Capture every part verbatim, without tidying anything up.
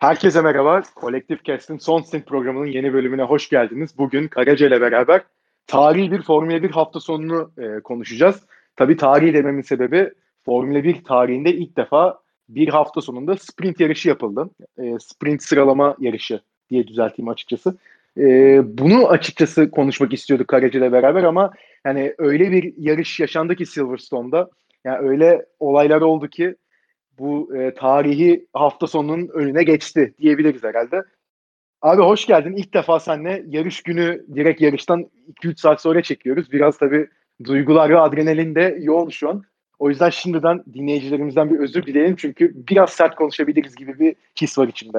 Herkese merhaba. Kolektif Cast'in son stint programının yeni bölümüne hoş geldiniz. Bugün Karaca ile beraber tarihi bir Formula bir hafta sonunu e, konuşacağız. Tabii tarihi dememin sebebi Formula bir tarihinde ilk defa bir hafta sonunda sprint yarışı yapıldı. E, sprint sıralama yarışı diye düzelteyim açıkçası. E, bunu açıkçası konuşmak istiyorduk Karaca ile beraber ama yani öyle bir yarış yaşandı ki Silverstone'da. Yani öyle olaylar oldu ki bu e, tarihi hafta sonunun önüne geçti diyebiliriz herhalde. Abi hoş geldin. İlk defa seninle yarış günü direkt yarıştan iki üç saat sonra çekiyoruz. Biraz tabii duygular ve adrenalin de yoğun şu an. O yüzden şimdiden dinleyicilerimizden bir özür dileyelim. Çünkü biraz sert konuşabiliriz gibi bir his var içimde.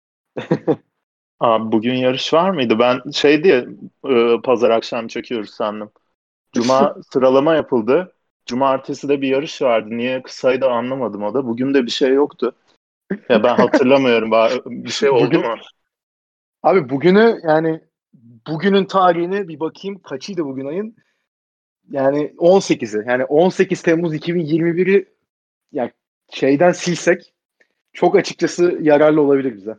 Abi bugün yarış var mıydı? Ben şey diye e, pazar akşam çekiyoruz sandım. Cuma sıralama yapıldı. Cumartesi de bir yarış vardı. Niye kısaydı anlamadım o da. Bugün de bir şey yoktu. Ya ben hatırlamıyorum. Ba- Bir şey oldu Bugün mu? abi bugünü yani bugünün tarihine bir bakayım kaçıydı bugün ayın? Yani on sekizi. Yani on sekiz Temmuz iki bin yirmi biri yani şeyden silsek çok açıkçası yararlı olabilir bize.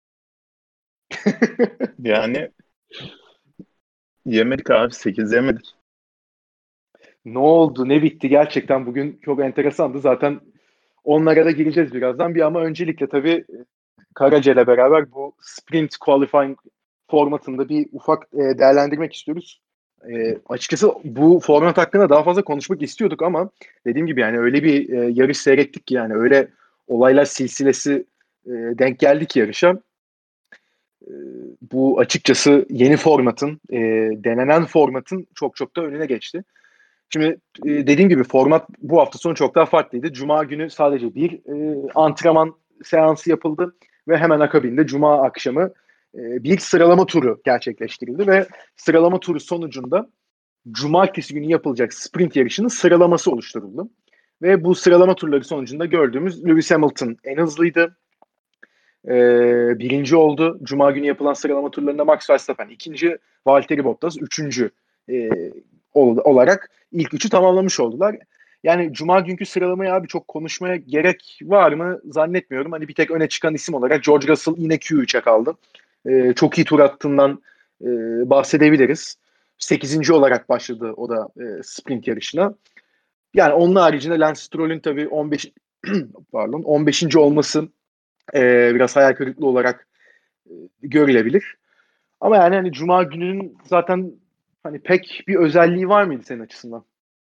Yani yemedik abi. Sekiz yemedik. Ne oldu, ne bitti gerçekten bugün çok enteresandı. Zaten onlara da gireceğiz birazdan. Bir ama öncelikle tabii Karaca ile beraber bu sprint qualifying formatında bir ufak e, değerlendirmek istiyoruz. E, açıkçası bu format hakkında daha fazla konuşmak istiyorduk ama dediğim gibi yani öyle bir e, yarış seyrettik ki yani öyle olaylar silsilesi e, denk geldi ki yarışa. E, bu açıkçası yeni formatın, e, denenen formatın çok çok da önüne geçti. Şimdi e, dediğim gibi format bu hafta sonu çok daha farklıydı. Cuma günü sadece bir e, antrenman seansı yapıldı ve hemen akabinde Cuma akşamı e, bir sıralama turu gerçekleştirildi ve sıralama turu sonucunda Cumartesi günü yapılacak sprint yarışının sıralaması oluşturuldu. Ve bu sıralama turları sonucunda gördüğümüz Lewis Hamilton en hızlıydı. E, birinci oldu. Cuma günü yapılan sıralama turlarında Max Verstappen ikinci, Valtteri Bottas üçüncü e, olarak ilk üçü tamamlamış oldular. Yani Cuma günkü sıralamayı abi çok konuşmaya gerek var mı zannetmiyorum. Hani bir tek öne çıkan isim olarak George Russell yine Q üçe kaldı. E, çok iyi tur attığından e, bahsedebiliriz. Sekizinci olarak başladı o da e, sprint yarışına. Yani onun haricinde Lance Stroll'ün tabii on beş pardon on beşinci olması e, biraz hayal kırıklığı olarak e, görülebilir. Ama yani hani Cuma gününün zaten hani pek bir özelliği var mıydı senin açısından?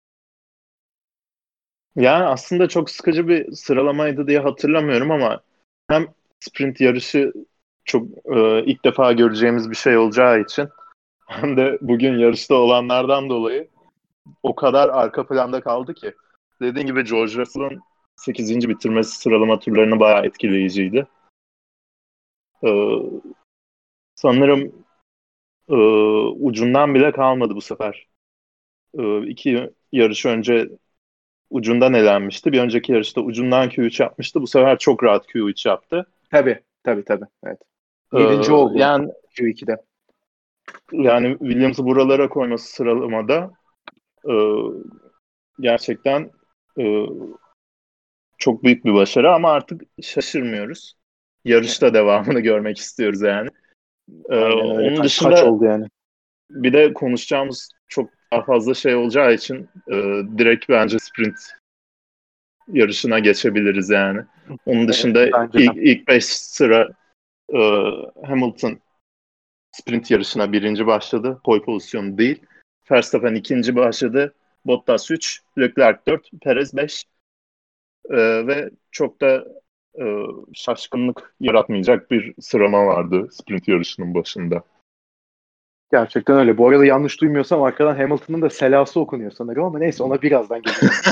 Yani aslında çok sıkıcı bir sıralamaydı diye hatırlamıyorum ama hem sprint yarışı çok e, ilk defa göreceğimiz bir şey olacağı için hem de bugün yarışta olanlardan dolayı o kadar arka planda kaldı ki. Dediğin gibi George Russell'ın sekizinci bitirmesi sıralama turlarını bayağı etkileyiciydi. Ee, sanırım e, ucundan bile kalmadı bu sefer. Ee, iki yarış önce ucundan elenmişti. Bir önceki yarışta ucundan Q üç yapmıştı. Bu sefer çok rahat Q üç yaptı. Tabii, tabii, tabii. Evet. Yedinci Ee, oldu yani Q ikide. yani Williams'ı buralara koyması sıralamada e, gerçekten e, çok büyük bir başarı ama artık şaşırmıyoruz. Yarışta devamını görmek istiyoruz yani. Ee, Aynen öyle. onun Ka- kaç dışında oldu yani? bir de konuşacağımız çok daha fazla şey olacağı için e, direkt bence sprint yarışına geçebiliriz yani. Onun Evet, dışında bence de. ilk, ilk beş sıra e, Hamilton sprint yarışına birinci başladı. Pole pozisyonu değil. Verstappen ikinci başladı. Bottas üç, Leclerc dört, Perez beş. Ee, ve çok da e, şaşkınlık yaratmayacak bir sıralama vardı sprint yarışının başında. Gerçekten öyle. Bu arada yanlış duymuyorsam arkadan Hamilton'ın da selası okunuyor sanırım ama neyse ona birazdan geleceğiz.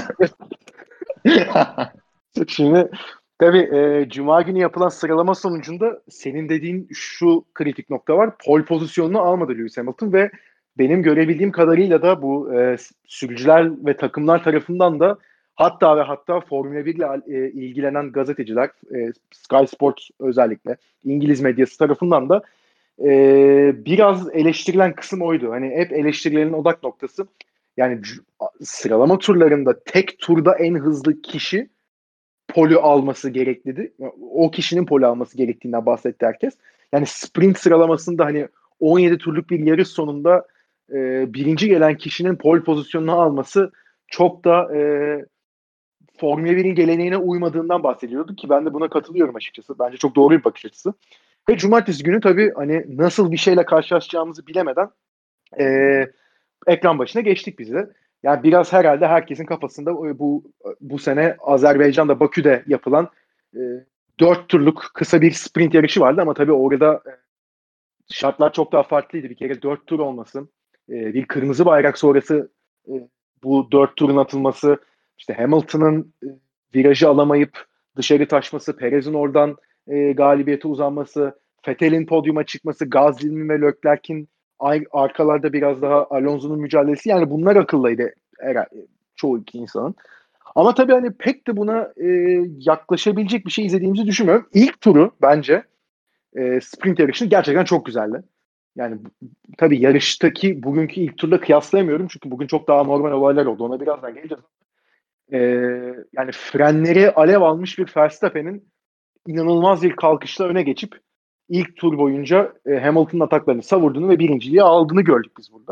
Şimdi tabii e, Cuma günü yapılan sıralama sonucunda senin dediğin şu kritik nokta var. Pole pozisyonunu almadı Lewis Hamilton ve benim görebildiğim kadarıyla da bu e, sürücüler ve takımlar tarafından da hatta ve hatta Formula bir ile e, ilgilenen gazeteciler, e, Sky Sports özellikle İngiliz medyası tarafından da e, biraz eleştirilen kısım oydu. Hani hep eleştirilerin odak noktası. Yani c- sıralama turlarında tek turda en hızlı kişi polü alması gerekliydi. O kişinin polü alması gerektiğinden bahsetti herkes. Yani sprint sıralamasında hani on yedi turluk bir yarış sonunda e, birinci gelen kişinin pole pozisyonunu alması çok da e, Formula birin geleneğine uymadığından bahsediyordu ki ben de buna katılıyorum açıkçası. Bence çok doğru bir bakış açısı. Ve cumartesi günü tabii hani nasıl bir şeyle karşılaşacağımızı bilemeden e, ekran başına geçtik biz de. Yani biraz herhalde herkesin kafasında bu bu sene Azerbaycan'da Bakü'de yapılan e, dört turluk kısa bir sprint yarışı vardı ama tabii orada e, şartlar çok daha farklıydı. Bir kere dört tur olması, e, bir kırmızı bayrak sonrası e, bu dört turun atılması, işte Hamilton'ın e, virajı alamayıp dışarı taşması, Perez'in oradan e, galibiyete uzanması, Vettel'in podyuma çıkması, Gasly'nin ve Leclerc'in arkalarda biraz daha Alonso'nun mücadelesi, yani bunlar akıllıydı herhalde çoğu iki insanın. Ama tabii hani pek de buna e, yaklaşabilecek bir şey izlediğimizi düşünmüyorum. İlk turu bence e, sprint yarışını gerçekten çok güzeldi. Yani tabii yarıştaki bugünkü ilk turla kıyaslayamıyorum çünkü bugün çok daha normal olaylar oldu. Ona birazdan geleceğiz. E, yani frenleri alev almış bir Verstappen'in inanılmaz bir kalkışla öne geçip ilk tur boyunca e, Hamilton'ın ataklarını savurduğunu ve birinciliği aldığını gördük biz burada.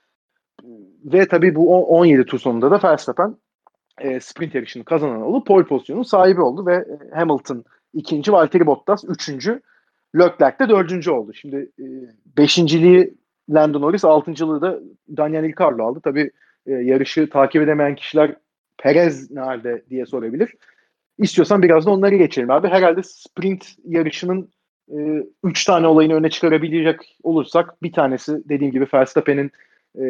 Ve tabii bu on yedi tur sonunda da Verstappen e, sprint yarışını kazanan olup pole pozisyonunun sahibi oldu ve Hamilton ikinci, Valtteri Bottas üçüncü, Leclerc de dördüncü oldu. Şimdi e, beşinciliği Lando Norris, altıncılığı da Daniel Ricciardo aldı. Tabii e, yarışı takip edemeyen kişiler Perez nerede diye sorabilir. İstiyorsan biraz da onları geçelim abi. Herhalde sprint yarışının e, üç tane olayını öne çıkarabilecek olursak bir tanesi dediğim gibi Verstappen'in e,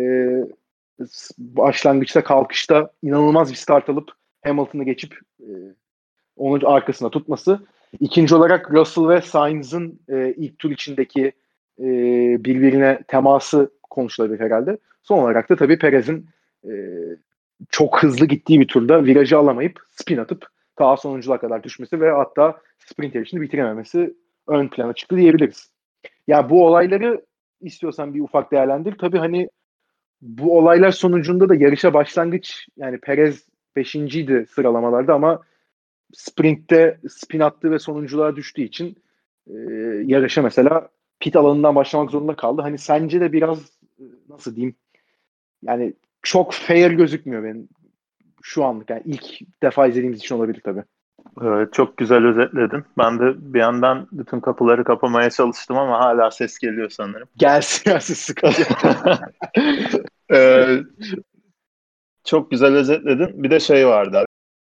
başlangıçta kalkışta inanılmaz bir start alıp Hamilton'ı geçip e, onun arkasına tutması. İkinci olarak Russell ve Sainz'ın e, ilk tur içindeki e, birbirine teması konuşulabilir herhalde. Son olarak da tabii Perez'in e, çok hızlı gittiği bir turda virajı alamayıp spin atıp ta sonunculuğa kadar düşmesi ve hatta sprint yarışını bitirememesi ön plana çıktı diyebiliriz. Ya bu olayları istiyorsan bir ufak değerlendir. Tabii hani bu olaylar sonucunda da yarışa başlangıç, yani Perez beşinciydi sıralamalarda ama sprintte spin attı ve sonunculuğa düştüğü için e, yarışa mesela pit alanından başlamak zorunda kaldı. Hani sence de biraz e, nasıl diyeyim, yani çok fair gözükmüyor benim şu anlık. Yani ilk defa izlediğimiz için olabilir tabii. Evet, çok güzel özetledin. Ben de bir yandan bütün kapıları kapamaya çalıştım ama hala ses geliyor sanırım. Gelsin gelsin, sıkıntı yok. ee, çok güzel özetledin. Bir de şey vardı.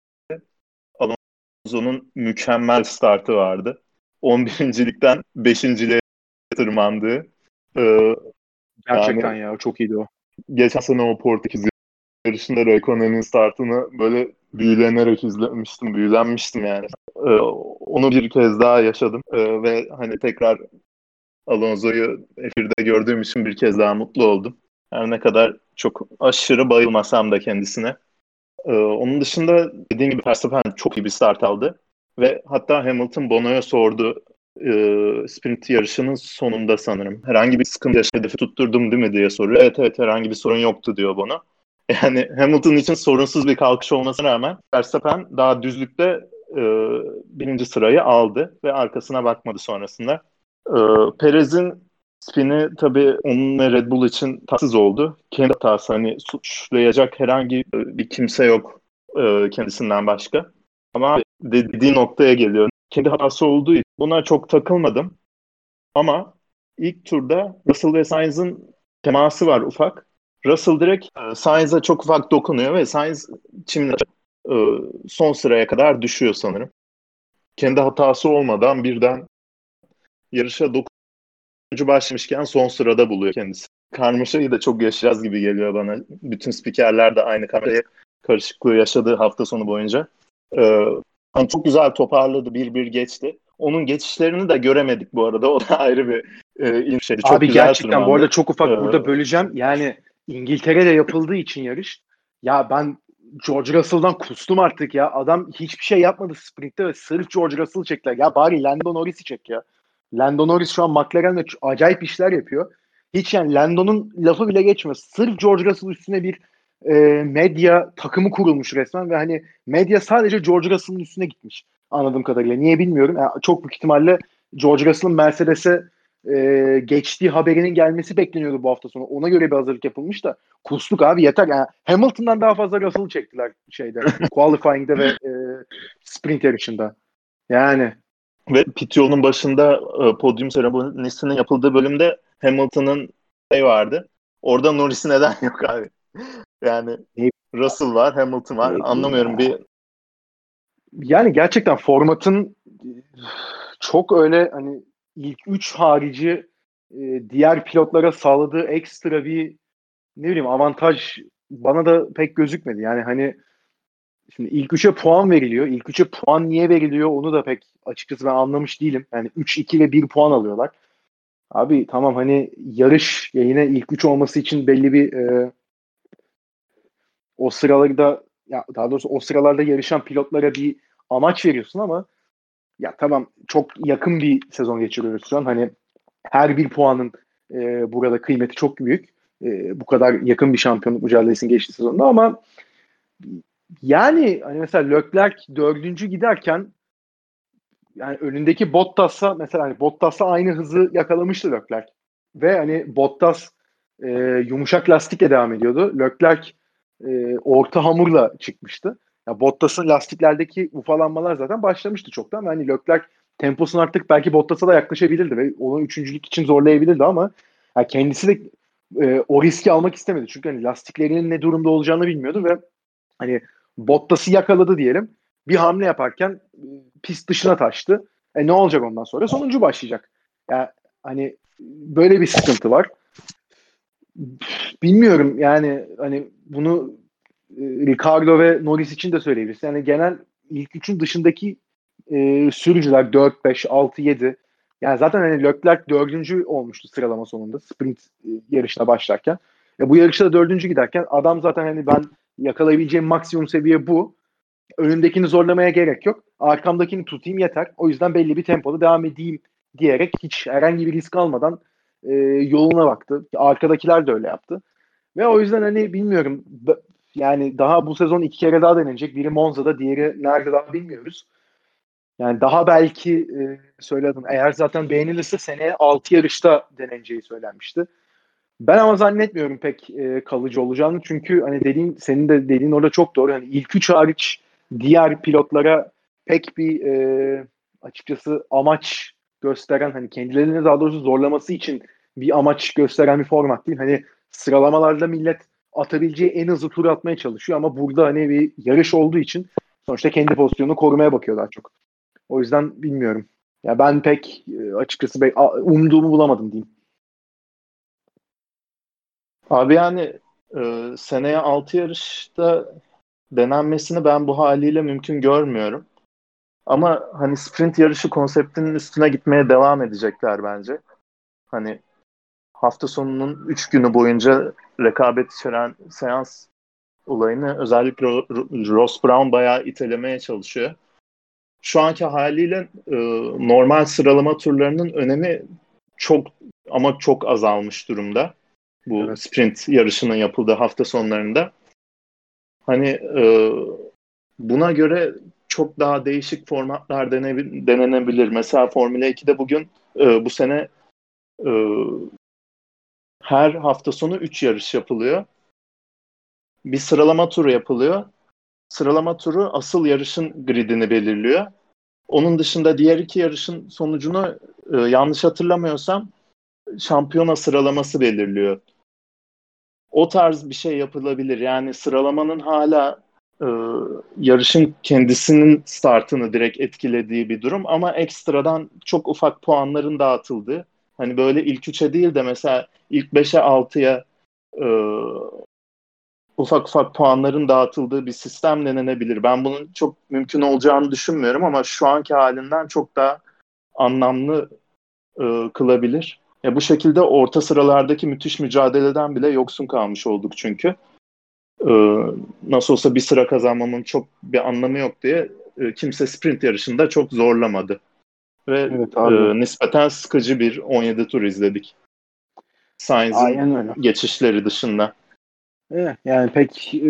Alonso'nun mükemmel startı vardı. on birincilikten beşinciliğe tırmandığı. Ee, Gerçekten yani ya, çok iyiydi o. geçen sene o Portekiz yarışında Raikkonen'in startını böyle büyülenerek izlemiştim, büyülenmiştim yani. Ee, onu bir kez daha yaşadım ee, ve hani tekrar Alonso'yu F bir'de gördüğüm için bir kez daha mutlu oldum. Her ne kadar çok aşırı bayılmasam da kendisine. Ee, onun dışında dediğim gibi Verstappen çok iyi bir start aldı. Ve hatta Hamilton Bono'ya sordu e, sprint yarışının sonunda sanırım. Herhangi bir sıkıntı yaşadı, hedefi tutturdum değil mi diye soruyor. Evet evet, herhangi bir sorun yoktu diyor Bono. Yani Hamilton için sorunsuz bir kalkış olmasına rağmen Verstappen daha düzlükte e, birinci sırayı aldı ve arkasına bakmadı sonrasında. E, Perez'in spini tabii onun ve Red Bull için tatsız oldu. Kendi hatası, hani suçlayacak herhangi bir kimse yok e, kendisinden başka. Ama dediği noktaya geliyor. Kendi hatası olduğu için buna çok takılmadım. Ama ilk turda Russell ve Sainz'ın teması var ufak. Russell direkt e, Sainz'a çok ufak dokunuyor ve Sainz çimle e, son sıraya kadar düşüyor sanırım. Kendi hatası olmadan birden yarışa dokuzuncu başlamışken son sırada buluyor kendisi. Karmaşayı da çok yaşayacağız gibi geliyor bana. Bütün spikerler de aynı karmaşayı, karışıklığı yaşadığı hafta sonu boyunca. Ee, hani çok güzel toparladı, bir bir geçti. Onun geçişlerini de göremedik bu arada. O da ayrı bir e, ilginç şeydi. Çok Abi güzel gerçekten bu arada tırmandı. çok ufak Ee, burada böleceğim. Yani İngiltere'de yapıldığı için yarış. Ya ben George Russell'dan kustum artık ya. Adam hiçbir şey yapmadı sprintte ve sırf George Russell'ı çektiler. Ya bari Lando Norris'i çek ya. Lando Norris şu an McLaren'de acayip işler yapıyor. Hiç yani Lando'nun lafı bile geçmiyor. Sırf George Russell üstüne bir e, medya takımı kurulmuş resmen ve hani medya sadece George Russell'ın üstüne gitmiş anladığım kadarıyla. Niye bilmiyorum. Yani çok büyük ihtimalle George Russell'ın Mercedes'e e, geçtiği haberinin gelmesi bekleniyordu bu hafta sonu. Ona göre bir hazırlık yapılmış da kustuk abi yeter. Yani Hamilton'dan daha fazla Russell'ı çektiler şeyde qualifying'de ve e, sprint yarışında. Yani Ve P T O'nun başında e, podyum seremonisinin yapıldığı bölümde Hamilton'ın şey vardı. Orada Norris'i neden yok abi? Yani ne, Russell var, Hamilton var. ne bileyim Anlamıyorum ya. bir Yani gerçekten formatın çok öyle hani ilk üç harici e, diğer pilotlara sağladığı ekstra bir ne bileyim avantaj bana da pek gözükmedi. Yani hani şimdi ilk üçe puan veriliyor. İlk üçe puan niye veriliyor onu da pek açıkçası ben anlamış değilim. Yani üç, iki ve bir puan alıyorlar. Abi tamam hani yarış ya yine ilk üç olması için belli bir e, o sıralarda ya daha doğrusu o sıralarda yarışan pilotlara bir amaç veriyorsun ama ya tamam çok yakın bir sezon geçiriyoruz şu an. Hani her bir puanın e, burada kıymeti çok büyük. E, bu kadar yakın bir şampiyonluk mücadelesinin geçtiği sezonda ama yani hani mesela Leclerc dördüncü giderken yani önündeki Bottas'a mesela hani Bottas'la aynı hızı yakalamıştı Leclerc. Ve hani Bottas e, yumuşak lastikle devam ediyordu. Leclerc e, orta hamurla çıkmıştı. Ya Bottas'ın lastiklerdeki ufalanmalar zaten başlamıştı çoktan. Ve hani Leclerc temposunu artık belki Bottas'a da yaklaşabilirdi ve onu üçüncülük için zorlayabilirdi ama ya kendisi de e, o riski almak istemedi. Çünkü hani lastiklerinin ne durumda olacağını bilmiyordu ve hani Bottas'ı yakaladı diyelim. Bir hamle yaparken e, pist dışına taştı. E ne olacak ondan sonra? Sonuncu başlayacak. Yani hani böyle bir sıkıntı var. Bilmiyorum yani hani bunu e, Ricardo ve Norris için de söyleyebiliriz. Yani genel ilk üçün dışındaki e, sürücüler dört, beş, altı, yedi. Yani zaten hani Leclerc dördüncü olmuştu sıralama sonunda sprint e, yarışına başlarken. E, bu yarışta da dördüncü giderken adam zaten hani ben yakalayabileceğim maksimum seviye bu. Önündekini zorlamaya gerek yok. Arkamdakini tutayım yeter. O yüzden belli bir tempoda devam edeyim diyerek hiç herhangi bir risk almadan e, yoluna baktı. Arkadakiler de öyle yaptı. Ve o yüzden hani bilmiyorum yani daha bu sezon iki kere daha denenecek. Biri Monza'da, diğeri nerede daha bilmiyoruz. Yani daha belki e, söyledim. Eğer zaten beğenilirse seneye altı yarışta deneneceği söylenmişti. Ben ama zannetmiyorum pek e, kalıcı olacağını. Çünkü hani dediğin senin de dediğin orada çok doğru. Hani ilk üç hariç diğer pilotlara pek bir e, açıkçası amaç gösteren hani kendilerini daha doğrusu zorlaması için bir amaç gösteren bir format değil. Hani sıralamalarda millet atabileceği en hızlı tur atmaya çalışıyor ama burada hani bir yarış olduğu için sonuçta kendi pozisyonunu korumaya bakıyorlar çok. O yüzden bilmiyorum. Ya ben pek e, açıkçası be- a- umduğumu bulamadım diyeyim. abi yani e, seneye altı yarışta denenmesini ben bu haliyle mümkün görmüyorum. Ama hani sprint yarışı konseptinin üstüne gitmeye devam edecekler bence. Hani hafta sonunun üç günü boyunca rekabet içeren seans olayını özellikle Ross Brown bayağı itelemeye çalışıyor. Şu anki haliyle e, normal sıralama turlarının önemi çok ama çok azalmış durumda. Bu Evet. sprint yarışının yapıldığı hafta sonlarında. Hani e, buna göre çok daha değişik formatlar denebi- denenebilir. Mesela Formula ikide bugün e, bu sene e, her hafta sonu üç yarış yapılıyor. Bir sıralama turu yapılıyor. Sıralama turu asıl yarışın gridini belirliyor. Onun dışında diğer iki yarışın sonucunu e, yanlış hatırlamıyorsam şampiyona sıralaması belirliyor. O tarz bir şey yapılabilir. Yani sıralamanın hala e, yarışın kendisinin startını direkt etkilediği bir durum ama ekstradan çok ufak puanların dağıtıldığı. Hani böyle ilk üçe değil de mesela ilk beşe altıya e, ufak ufak puanların dağıtıldığı bir sistem denenebilir. Ben bunun çok mümkün olacağını düşünmüyorum ama şu anki halinden çok daha anlamlı e, kılabilir. Ya bu şekilde orta sıralardaki müthiş mücadeleden bile yoksun kalmış olduk çünkü. E, Nasıl olsa bir sıra kazanmamın çok bir anlamı yok diye e, kimse sprint yarışında çok zorlamadı. Ve Evet e, abi. nispeten sıkıcı bir on yedi tur izledik. Sainz'in Aynen öyle. geçişleri dışında. Eh, yani pek e,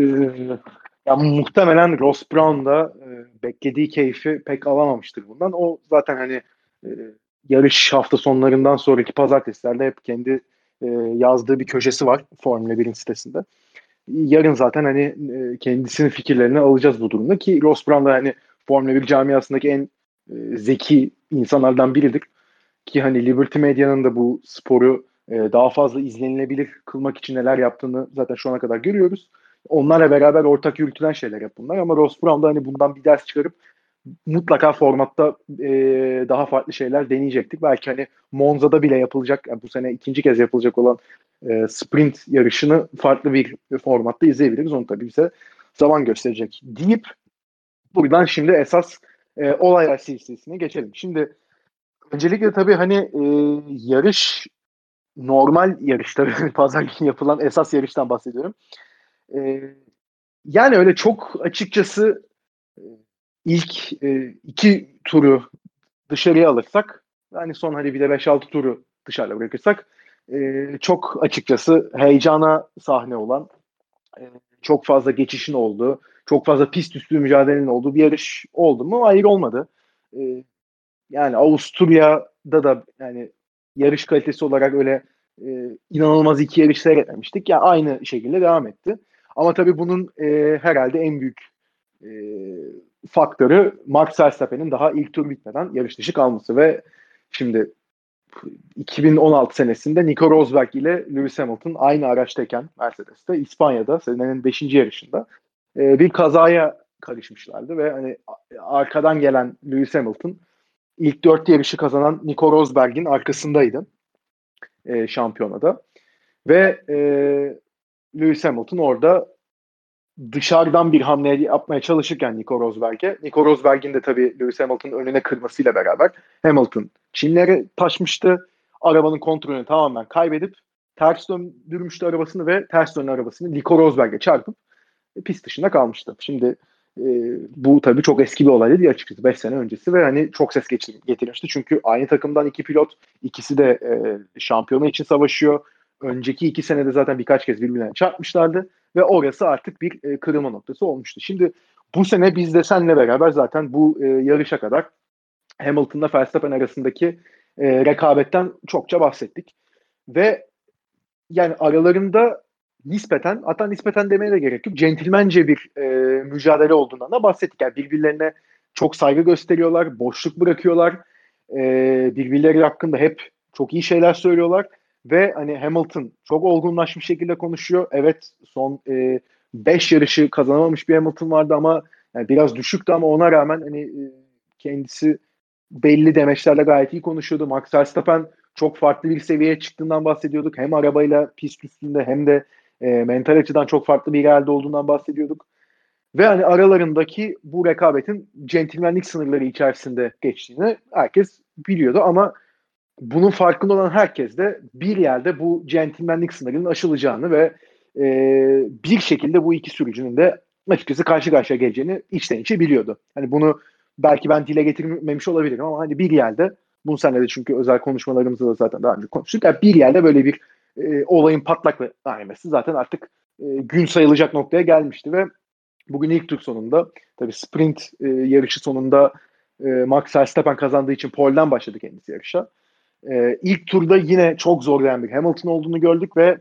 ya muhtemelen Ross Brown da e, beklediği keyfi pek alamamıştır bundan. O zaten hani e, yarış hafta sonlarından sonraki pazartesilerde hep kendi e, yazdığı bir köşesi var Formula birin sitesinde. Yarın zaten hani e, kendisinin fikirlerini alacağız bu durumda ki Ross Brown da hani Formula bir camiasındaki en e, zeki insanlardan biridir. Ki hani Liberty Media'nın da bu sporu e, daha fazla izlenilebilir kılmak için neler yaptığını zaten şu ana kadar görüyoruz. Onlarla beraber ortak yürütülen şeyler hep bunlar ama Ross Brown da hani bundan bir ders çıkarıp mutlaka formatta e, daha farklı şeyler deneyecektik. Belki hani Monza'da bile yapılacak, yani bu sene ikinci kez yapılacak olan e, sprint yarışını farklı bir formatta izleyebiliriz. Onu tabii bize zaman gösterecek deyip buradan şimdi esas e, olaylar silsilesine geçelim. Şimdi öncelikle tabii hani e, yarış normal yarış tabii pazar günü yapılan esas yarıştan bahsediyorum. E, Yani öyle çok açıkçası e, ilk e, iki turu dışarıya alırsak yani son hadi bir de beş altı turu dışarıda bırakırsak e, çok açıkçası heyecana sahne olan e, çok fazla geçişin olduğu, çok fazla pist üstü mücadelenin olduğu bir yarış oldu mu? Hayır olmadı. E, Yani Avusturya'da da yani yarış kalitesi olarak öyle e, inanılmaz iki yarış seyretmemiştik. Ya yani aynı şekilde devam etti. Ama tabii bunun e, herhalde en büyük e, faktörü Max Verstappen'in daha ilk tur bitmeden yarış dışı kalması ve şimdi iki bin on altı senesinde Nico Rosberg ile Lewis Hamilton aynı araçtayken Mercedes'te İspanya'da senenin beşinci yarışında e, bir kazaya karışmışlardı ve hani arkadan gelen Lewis Hamilton ilk dört yarışı kazanan Nico Rosberg'in arkasındaydı e, şampiyonada. Ve e, Lewis Hamilton orada dışarıdan bir hamle yapmaya çalışırken Nico Rosberg'e, Nico Rosberg'in de tabii Lewis Hamilton'ın önüne kırmasıyla beraber Hamilton çimlere taşmıştı. Arabanın kontrolünü tamamen kaybedip ters döndürmüştü arabasını ve ters dönen arabasını Nico Rosberg'e çarpıp pist dışında kalmıştı. Şimdi e, bu tabii çok eski bir olay değil açıkçası. beş sene öncesi ve hani çok ses getirmişti. Çünkü aynı takımdan iki pilot, ikisi de e, şampiyona için savaşıyor. Önceki iki senede zaten birkaç kez birbirlerine çarpmışlardı ve orası artık bir e, kırılma noktası olmuştu. Şimdi bu sene biz de seninle beraber zaten bu e, yarışa kadar Hamilton'la Verstappen arasındaki e, rekabetten çokça bahsettik. Ve yani aralarında nispeten, hatta nispeten demeye de gerek yok. Centilmence bir e, mücadele olduğundan da bahsettik. Yani birbirlerine çok saygı gösteriyorlar, boşluk bırakıyorlar. E, Birbirleri hakkında hep çok iyi şeyler söylüyorlar. Ve hani Hamilton çok olgunlaşmış şekilde konuşuyor. Evet son beş yarışı kazanamamış bir Hamilton vardı ama yani biraz düşüktü ama ona rağmen hani e, kendisi belli demeçlerle gayet iyi konuşuyordu. Max Verstappen çok farklı bir seviyeye çıktığından bahsediyorduk. Hem arabayla pist üstünde hem de e, mental açıdan çok farklı bir yerde olduğundan bahsediyorduk. Ve hani aralarındaki bu rekabetin centilmenlik sınırları içerisinde geçtiğini herkes biliyordu ama bunun farkında olan herkes de bir yerde bu centilmenlik sınırının aşılacağını ve e, bir şekilde bu iki sürücünün de açıkçası karşı karşıya geleceğini içten içe biliyordu. Hani bunu belki ben dile getirmemiş olabilirim ama hani bir yerde bunu senle de çünkü özel konuşmalarımızda da zaten daha önce konuştuk. Yani bir yerde böyle bir e, olayın patlak vermesi zaten artık e, gün sayılacak noktaya gelmişti ve bugün ilk tur sonunda tabii sprint e, yarışı sonunda e, Max Verstappen kazandığı için pole'den başladı kendisi yarışa. E, ilk turda yine çok zorlayan bir Hamilton olduğunu gördük ve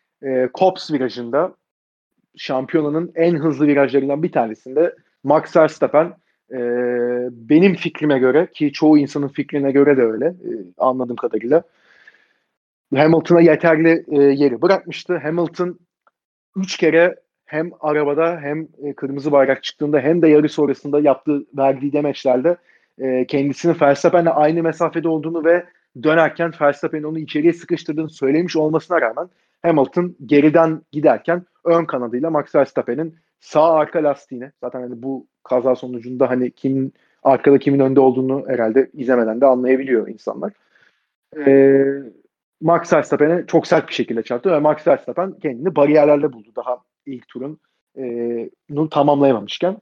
e, Copse virajında şampiyonanın en hızlı virajlarından bir tanesinde Max Verstappen e, benim fikrime göre ki çoğu insanın fikrine göre de öyle e, anladığım kadarıyla Hamilton'a yeterli e, yeri bırakmıştı. Hamilton üç kere hem arabada hem e, kırmızı bayrak çıktığında hem de yarış sonrasında yaptığı verdiği demeçlerde e, kendisinin Verstappen'le aynı mesafede olduğunu ve dönerken Verstappen'in onu içeriye sıkıştırdığını söylemiş olmasına rağmen Hamilton geriden giderken ön kanadıyla Max Verstappen'in sağ arka lastiğine zaten hani bu kaza sonucunda hani kimin arkada kimin önde olduğunu herhalde izlemeden de anlayabiliyor insanlar. E, Max Verstappen'e çok sert bir şekilde çarptı ve Max Verstappen kendini bariyerlerle buldu daha ilk turun e, tamamlayamamışken.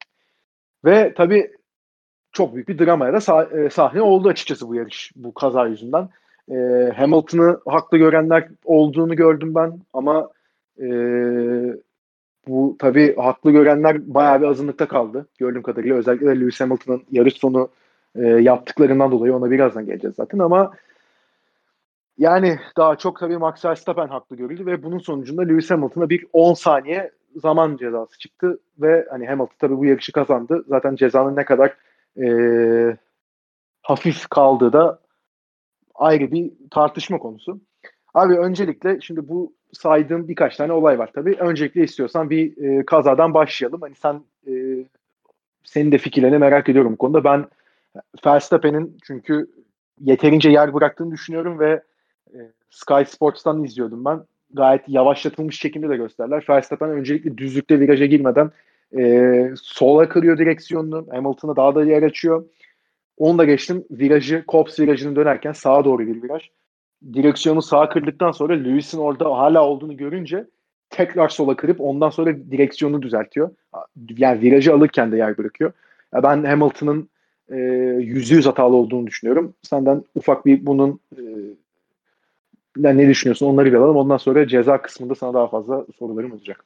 Ve tabii çok büyük bir dramaya da sah- e, sahne oldu açıkçası bu yarış, bu kaza yüzünden. E, Hamilton'ı haklı görenler olduğunu gördüm ben ama Ee, bu tabii haklı görenler bayağı bir azınlıkta kaldı. Gördüğüm kadarıyla özellikle de Lewis Hamilton'ın yarış sonu e, yaptıklarından dolayı ona birazdan geleceğiz zaten ama yani daha çok tabii Max Verstappen haklı görüldü ve bunun sonucunda Lewis Hamilton'a bir on saniye zaman cezası çıktı ve hani Hamilton tabii bu yarışı kazandı. Zaten cezanın ne kadar e, hafif kaldığı da ayrı bir tartışma konusu. Abi öncelikle şimdi bu saydığım birkaç tane olay var tabii. Öncelikle istiyorsan bir e, kazadan başlayalım. Hani sen e, senin de fikirlerini merak ediyorum bu konuda. Ben Verstappen'in çünkü yeterince yer bıraktığını düşünüyorum ve e, Sky Sports'tan izliyordum ben. Gayet yavaşlatılmış şekilde de gösterler. Verstappen öncelikle düzlükte viraja girmeden e, sola kırıyor direksiyonunu. Hamilton'a daha da yer açıyor. Onu da geçtim. Virajı, Copse virajını dönerken sağa doğru bir viraj. Direksiyonu sağa kırdıktan sonra Lewis'in orada hala olduğunu görünce tekrar sola kırıp ondan sonra direksiyonu düzeltiyor. Yani virajı alırken de yer bırakıyor. Ya ben Hamilton'ın e, yüzde yüz hatalı olduğunu düşünüyorum. Senden ufak bir bunun e, ne düşünüyorsun onları bir alalım. Ondan sonra ceza kısmında sana daha fazla sorularım olacak.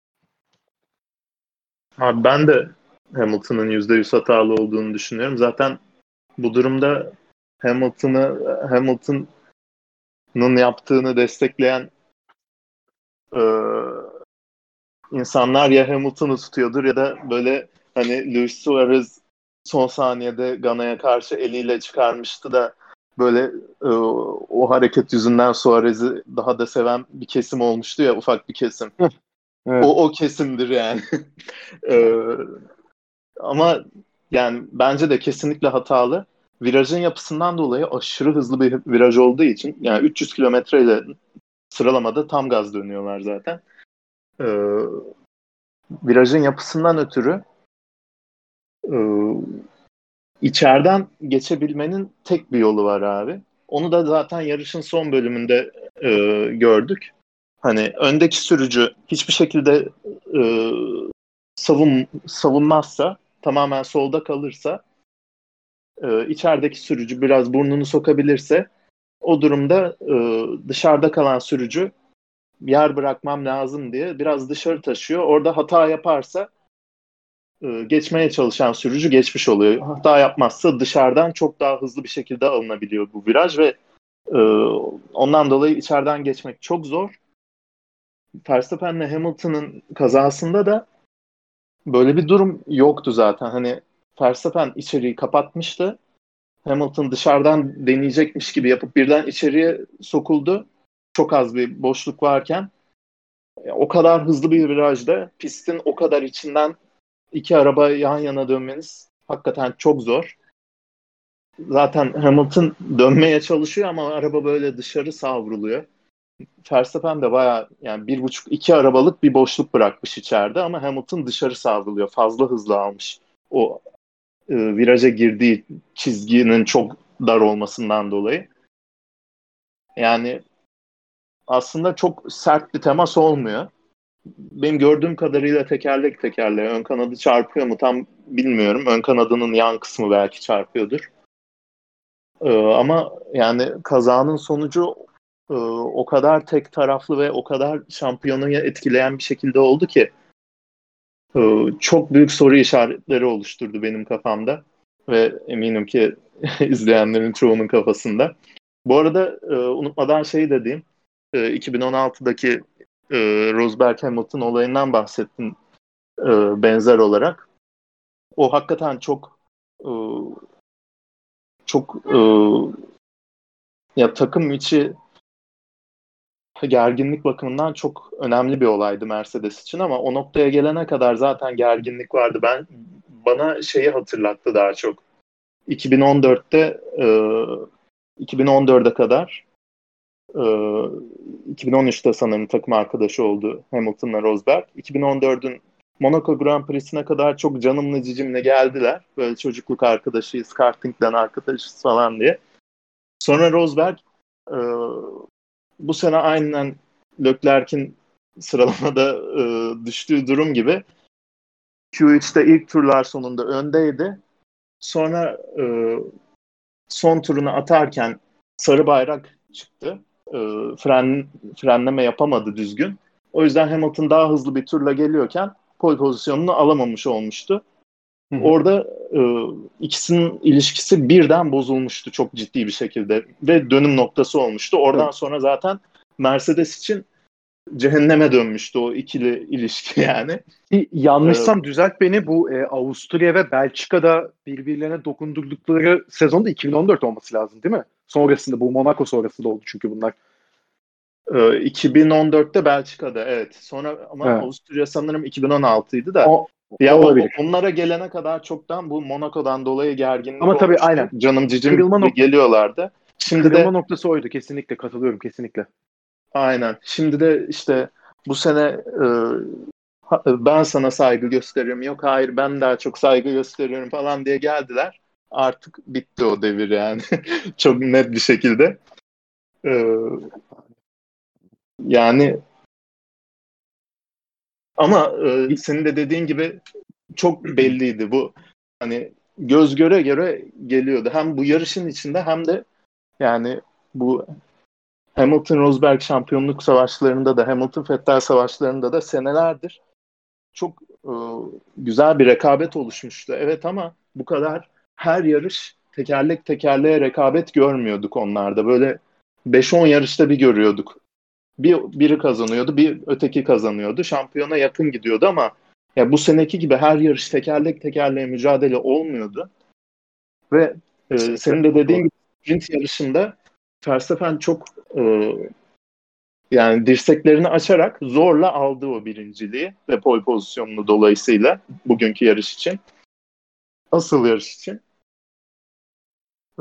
Abi ben de Hamilton'ın yüzde yüz hatalı olduğunu düşünüyorum. Zaten bu durumda Hamilton'ı Hamilton'ın yaptığını destekleyen e, insanlar ya Hamilton'ı tutuyordur ya da böyle hani Luis Suarez son saniyede Gana'ya karşı eliyle çıkarmıştı da böyle e, o hareket yüzünden Suarez'i daha da seven bir kesim olmuştu ya, ufak bir kesim. Evet. O o kesimdir yani. E, ama yani bence de kesinlikle hatalı. Virajın yapısından dolayı aşırı hızlı bir viraj olduğu için yani üç yüz kilometreyle sıralamada tam gaz dönüyorlar zaten. E, virajın yapısından ötürü e, içeriden geçebilmenin tek bir yolu var abi. Onu da zaten yarışın son bölümünde e, gördük. Hani öndeki sürücü hiçbir şekilde e, savun savunmazsa, tamamen solda kalırsa, e, içerideki sürücü biraz burnunu sokabilirse, o durumda e, dışarıda kalan sürücü yer bırakmam lazım diye biraz dışarı taşıyor. Orada hata yaparsa e, geçmeye çalışan sürücü geçmiş oluyor. Hata yapmazsa dışarıdan çok daha hızlı bir şekilde alınabiliyor bu viraj ve e, ondan dolayı içeriden geçmek çok zor. Verstappen'le Hamilton'ın kazasında da böyle bir durum yoktu zaten. Hani Verstappen içeriği kapatmıştı. Hamilton dışarıdan deneyecekmiş gibi yapıp birden içeriye sokuldu. Çok az bir boşluk varken. E, o kadar hızlı bir virajda pistin o kadar içinden iki araba yan yana dönmeniz hakikaten çok zor. Zaten Hamilton dönmeye çalışıyor ama araba böyle dışarı savruluyor. Verstappen de bayağı yani bir buçuk iki arabalık bir boşluk bırakmış içeride ama Hamilton dışarı savruluyor. Fazla hızlı almış. O e, viraja girdiği çizginin çok dar olmasından dolayı. Yani aslında çok sert bir temas olmuyor. Benim gördüğüm kadarıyla tekerlek tekerleğe ön kanadı çarpıyor mu tam bilmiyorum. Ön kanadının yan kısmı belki çarpıyordur. Ee, ama yani kazanın sonucu e, o kadar tek taraflı ve o kadar şampiyonu etkileyen bir şekilde oldu ki e, çok büyük soru işaretleri oluşturdu benim kafamda ve eminim ki izleyenlerin çoğunun kafasında. Bu arada e, unutmadan şeyi de diyeyim. E, iki bin on altıdaki e, Rosberg Hamilton olayından bahsettin e, benzer olarak. O hakikaten çok e, çok e, ya takım içi gerginlik bakımından çok önemli bir olaydı Mercedes için ama o noktaya gelene kadar zaten gerginlik vardı. Ben bana şeyi hatırlattı daha çok. iki bin on dörtte e, iki bin on dörde kadar e, iki bin on üçte sanırım takım arkadaşı oldu Hamilton'la Rosberg. iki bin on dördün Monaco Grand Prix'sine kadar çok canımla cicimle geldiler. Böyle çocukluk arkadaşıyız, kartingden arkadaşız falan diye. Sonra Rosberg e, bu sene aynen Leclerc'in sıralamada e, düştüğü durum gibi Q üçte ilk turlar sonunda öndeydi. Sonra e, son turunu atarken sarı bayrak çıktı. E, fren frenleme yapamadı düzgün. O yüzden Hamilton daha hızlı bir turla geliyorken pole pozisyonunu alamamış olmuştu. Hı hı. Orada e, ikisinin ilişkisi birden bozulmuştu çok ciddi bir şekilde ve dönüm noktası olmuştu. Oradan Evet. sonra zaten Mercedes için cehenneme dönmüştü o ikili ilişki yani. Ki Ee, yanlışsam düzelt beni, bu e, Avusturya ve Belçika'da birbirlerine dokundurdukları sezonda iki bin on dört olması lazım değil mi? Sonrasında, bu Monaco sonrasında oldu çünkü bunlar. e, iki bin on dörtte Belçika'da evet. Sonra ama Evet. Avusturya sanırım iki bin on altıydı da. O, o Ya o, olabilir. onlara gelene kadar çoktan bu Monaco'dan dolayı gerginlik Ama tabii olmuştu. aynen. Canım cicim Kırılma, gibi nok geliyorlardı. Şimdi kırılma de noktası oydu. Kesinlikle katılıyorum, kesinlikle. aynen. Şimdi de işte bu sene e, ha- ben sana saygı gösteriyorum. Yok hayır ben daha çok saygı gösteriyorum falan diye geldiler. Artık bitti o devir yani. Çok net bir şekilde. Ee, yani ama e, senin de dediğin gibi çok belliydi bu. Hani göz göre göre geliyordu. Hem bu yarışın içinde hem de yani bu Hamilton-Rosberg şampiyonluk savaşlarında da Hamilton-Vettel savaşlarında da senelerdir çok e, güzel bir rekabet oluşmuştu. Evet ama bu kadar her yarış tekerlek tekerleğe rekabet görmüyorduk onlarda. Böyle beş on yarışta bir görüyorduk. Bir biri kazanıyordu, bir öteki kazanıyordu. Şampiyona yakın gidiyordu ama ya bu seneki gibi her yarış tekerlek tekerleğe mücadele olmuyordu. Ve e, Kesinlikle. senin de dediğin Doğru. gibi sprint yarışında Verstappen çok e, yani dirseklerini açarak zorla aldı o birinciliği ve pole pozisyonunu dolayısıyla bugünkü yarış için. Asıl yarış için. Ee,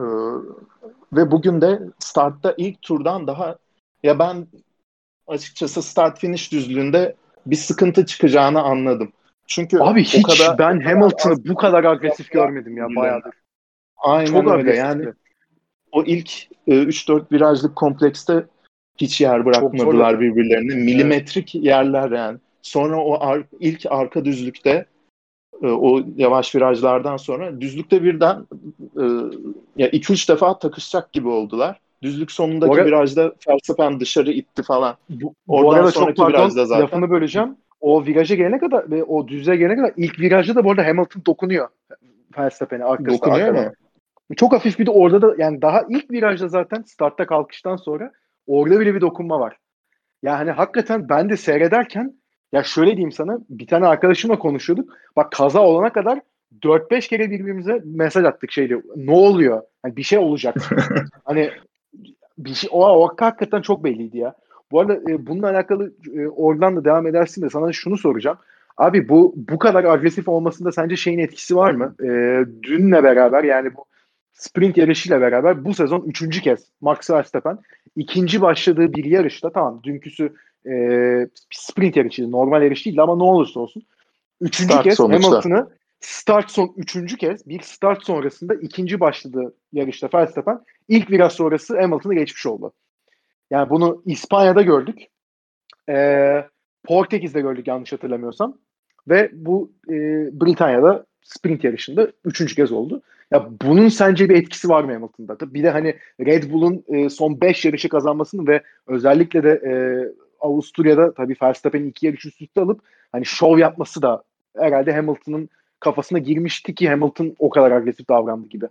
ve bugün de startta ilk turdan daha ya ben açıkçası start finish düzlüğünde bir sıkıntı çıkacağını anladım. Çünkü Abi o hiç kadar o ben kadar az Hamilton'ı bu kadar agresif yaptılar görmedim ya, birbirlerine. bayağıdır. Aynen Çok öyle. Yani agresifti. o ilk e, üç dört virajlık komplekste hiç yer Çok bırakmadılar zorladı. birbirlerine. Evet. Milimetrik yerler yani. Sonra o ar- ilk arka düzlükte e, o yavaş virajlardan sonra düzlükte birden e, ya iki üç defa takışacak gibi oldular. Düzlük Bu, sonundaki ara, virajda Verstappen dışarı itti falan. bu, bu Oradan arada çok sonraki pardon, virajda zaten lafını böleceğim. O viraja gelene kadar ve o düzlüğe gelene kadar ilk virajda da bu arada Hamilton dokunuyor Verstappen'e arkasında, dokunuyor arkadan. mu? Çok hafif, bir de orada da yani daha ilk virajda zaten startta kalkıştan sonra orada bile bir dokunma var. Ya hani hakikaten ben de seyrederken, ya şöyle diyeyim sana, bir tane arkadaşımla konuşuyorduk. Bak kaza olana kadar dört beş kere birbirimize mesaj attık şeydi. Ne oluyor? Hani bir şey olacak. Hani bir şey, o, o hakikaten çok belliydi ya. Bu arada e, bununla alakalı e, oradan da devam edersin de sana şunu soracağım. Abi bu bu kadar agresif olmasında sence şeyin etkisi var mı? E, dünle beraber, yani bu sprint yarışıyla beraber bu sezon üçüncü kez Max Verstappen ikinci başladığı bir yarışta, tamam dünküsü e, sprint yarışıydı, normal yarış değildi ama ne olursa olsun üçüncü Start kez sonuçta. Hamilton'ı start son üçüncü kez bir start sonrasında ikinci başladığı yarışta Verstappen ilk viraj sonrası Hamilton'ı geçmiş oldu. Yani bunu İspanya'da gördük. Ee, Portekiz'de gördük yanlış hatırlamıyorsam. Ve bu e, Britanya'da sprint yarışında üçüncü kez oldu. Ya bunun sence bir etkisi var mı Hamilton'da? Bir de hani Red Bull'un e, son beş yarışı kazanmasını ve özellikle de e, Avusturya'da tabii Verstappen'in iki yarış üst üste alıp hani şov yapması da herhalde Hamilton'ın kafasına girmişti ki Hamilton o kadar agresif davrandı gibi.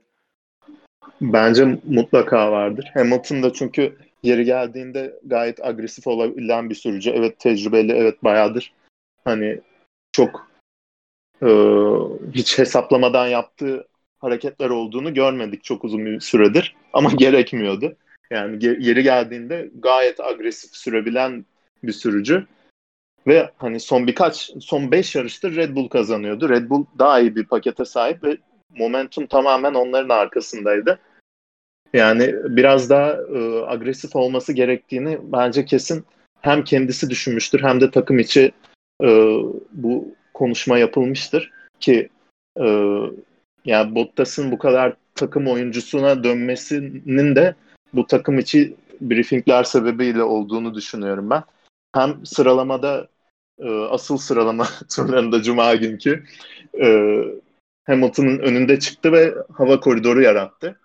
Bence mutlaka vardır. Hamilton da çünkü yeri geldiğinde gayet agresif olabilen bir sürücü. Evet tecrübeli, evet bayağıdır. Hani çok e, hiç hesaplamadan yaptığı hareketler olduğunu görmedik çok uzun bir süredir. Ama gerekmiyordu. Yani ge- yeri geldiğinde gayet agresif sürebilen bir sürücü. Ve hani son birkaç, son beş yarıştır Red Bull kazanıyordu. Red Bull daha iyi bir pakete sahip ve momentum tamamen onların arkasındaydı. Yani biraz daha e, agresif olması gerektiğini bence kesin hem kendisi düşünmüştür hem de takım içi e, bu konuşma yapılmıştır ki e, yani Bottas'ın bu kadar takım oyuncusuna dönmesinin de bu takım içi briefingler sebebiyle olduğunu düşünüyorum ben. Hem sıralamada e, asıl sıralama turlarında Cuma günkü e, Hamilton'ın önünde çıktı ve hava koridoru yarattı.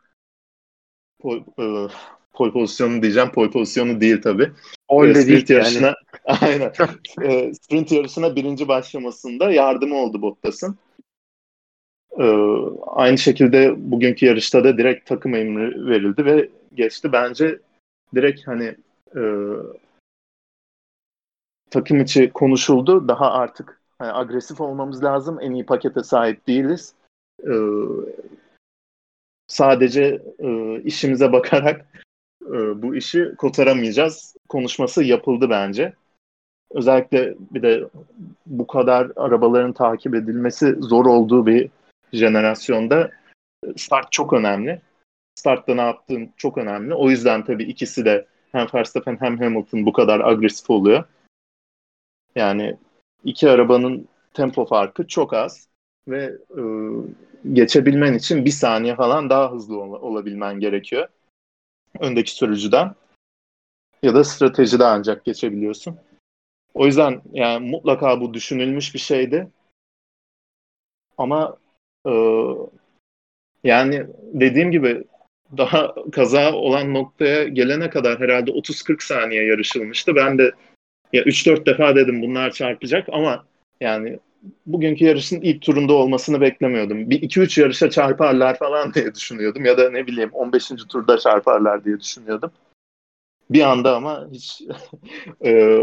Pol, e, pol pozisyonu diyeceğim. Pol pozisyonu değil tabii. Gol E, de değil sprint yani. yarışına Aynen. E, sprint yarışına birinci başlamasında yardımı oldu Bottas'ın. E, Aynı şekilde bugünkü yarışta da direkt takım emri verildi ve geçti. Bence direkt hani e, takım içi konuşuldu. Daha artık hani agresif olmamız lazım. En iyi pakete sahip değiliz. E, Sadece e, işimize bakarak e, bu işi kotaramayacağız konuşması yapıldı bence. Özellikle bir de bu kadar arabaların takip edilmesi zor olduğu bir jenerasyonda start çok önemli. Startta ne yaptığın çok önemli. O yüzden tabii ikisi de hem Verstappen hem Hamilton bu kadar agresif oluyor. Yani iki arabanın tempo farkı çok az ve e, geçebilmen için bir saniye falan daha hızlı ol- olabilmen gerekiyor öndeki sürücüden ya da stratejide ancak geçebiliyorsun. O yüzden yani mutlaka bu düşünülmüş bir şeydi ama e, yani dediğim gibi daha kaza olan noktaya gelene kadar herhalde otuz kırk saniye yarışılmıştı. Ben de ya üç dört defa dedim bunlar çarpacak ama yani bugünkü yarışın ilk turunda olmasını beklemiyordum. Bir iki üç yarışa çarparlar falan diye düşünüyordum ya da ne bileyim on beşinci turda çarparlar diye düşünüyordum. Bir anda ama hiç e,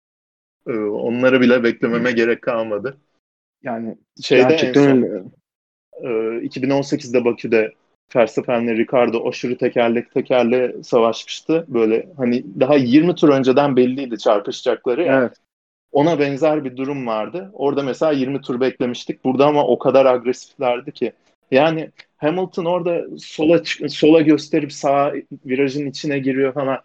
e, onları bile beklememe gerek kalmadı. Yani Şeyde en gerçekten son öyle. e, iki bin on sekizde Bakü'de Verstappen'le Ricardo aşırı tekerlek tekerle savaşmıştı. Böyle hani daha yirmi tur önceden belliydi çarpışacakları ya. Evet. Ona benzer bir durum vardı. Orada mesela yirmi tur beklemiştik. Burada ama o kadar agresiflerdi ki. Yani Hamilton orada sola sola gösterip sağ virajın içine giriyor falan.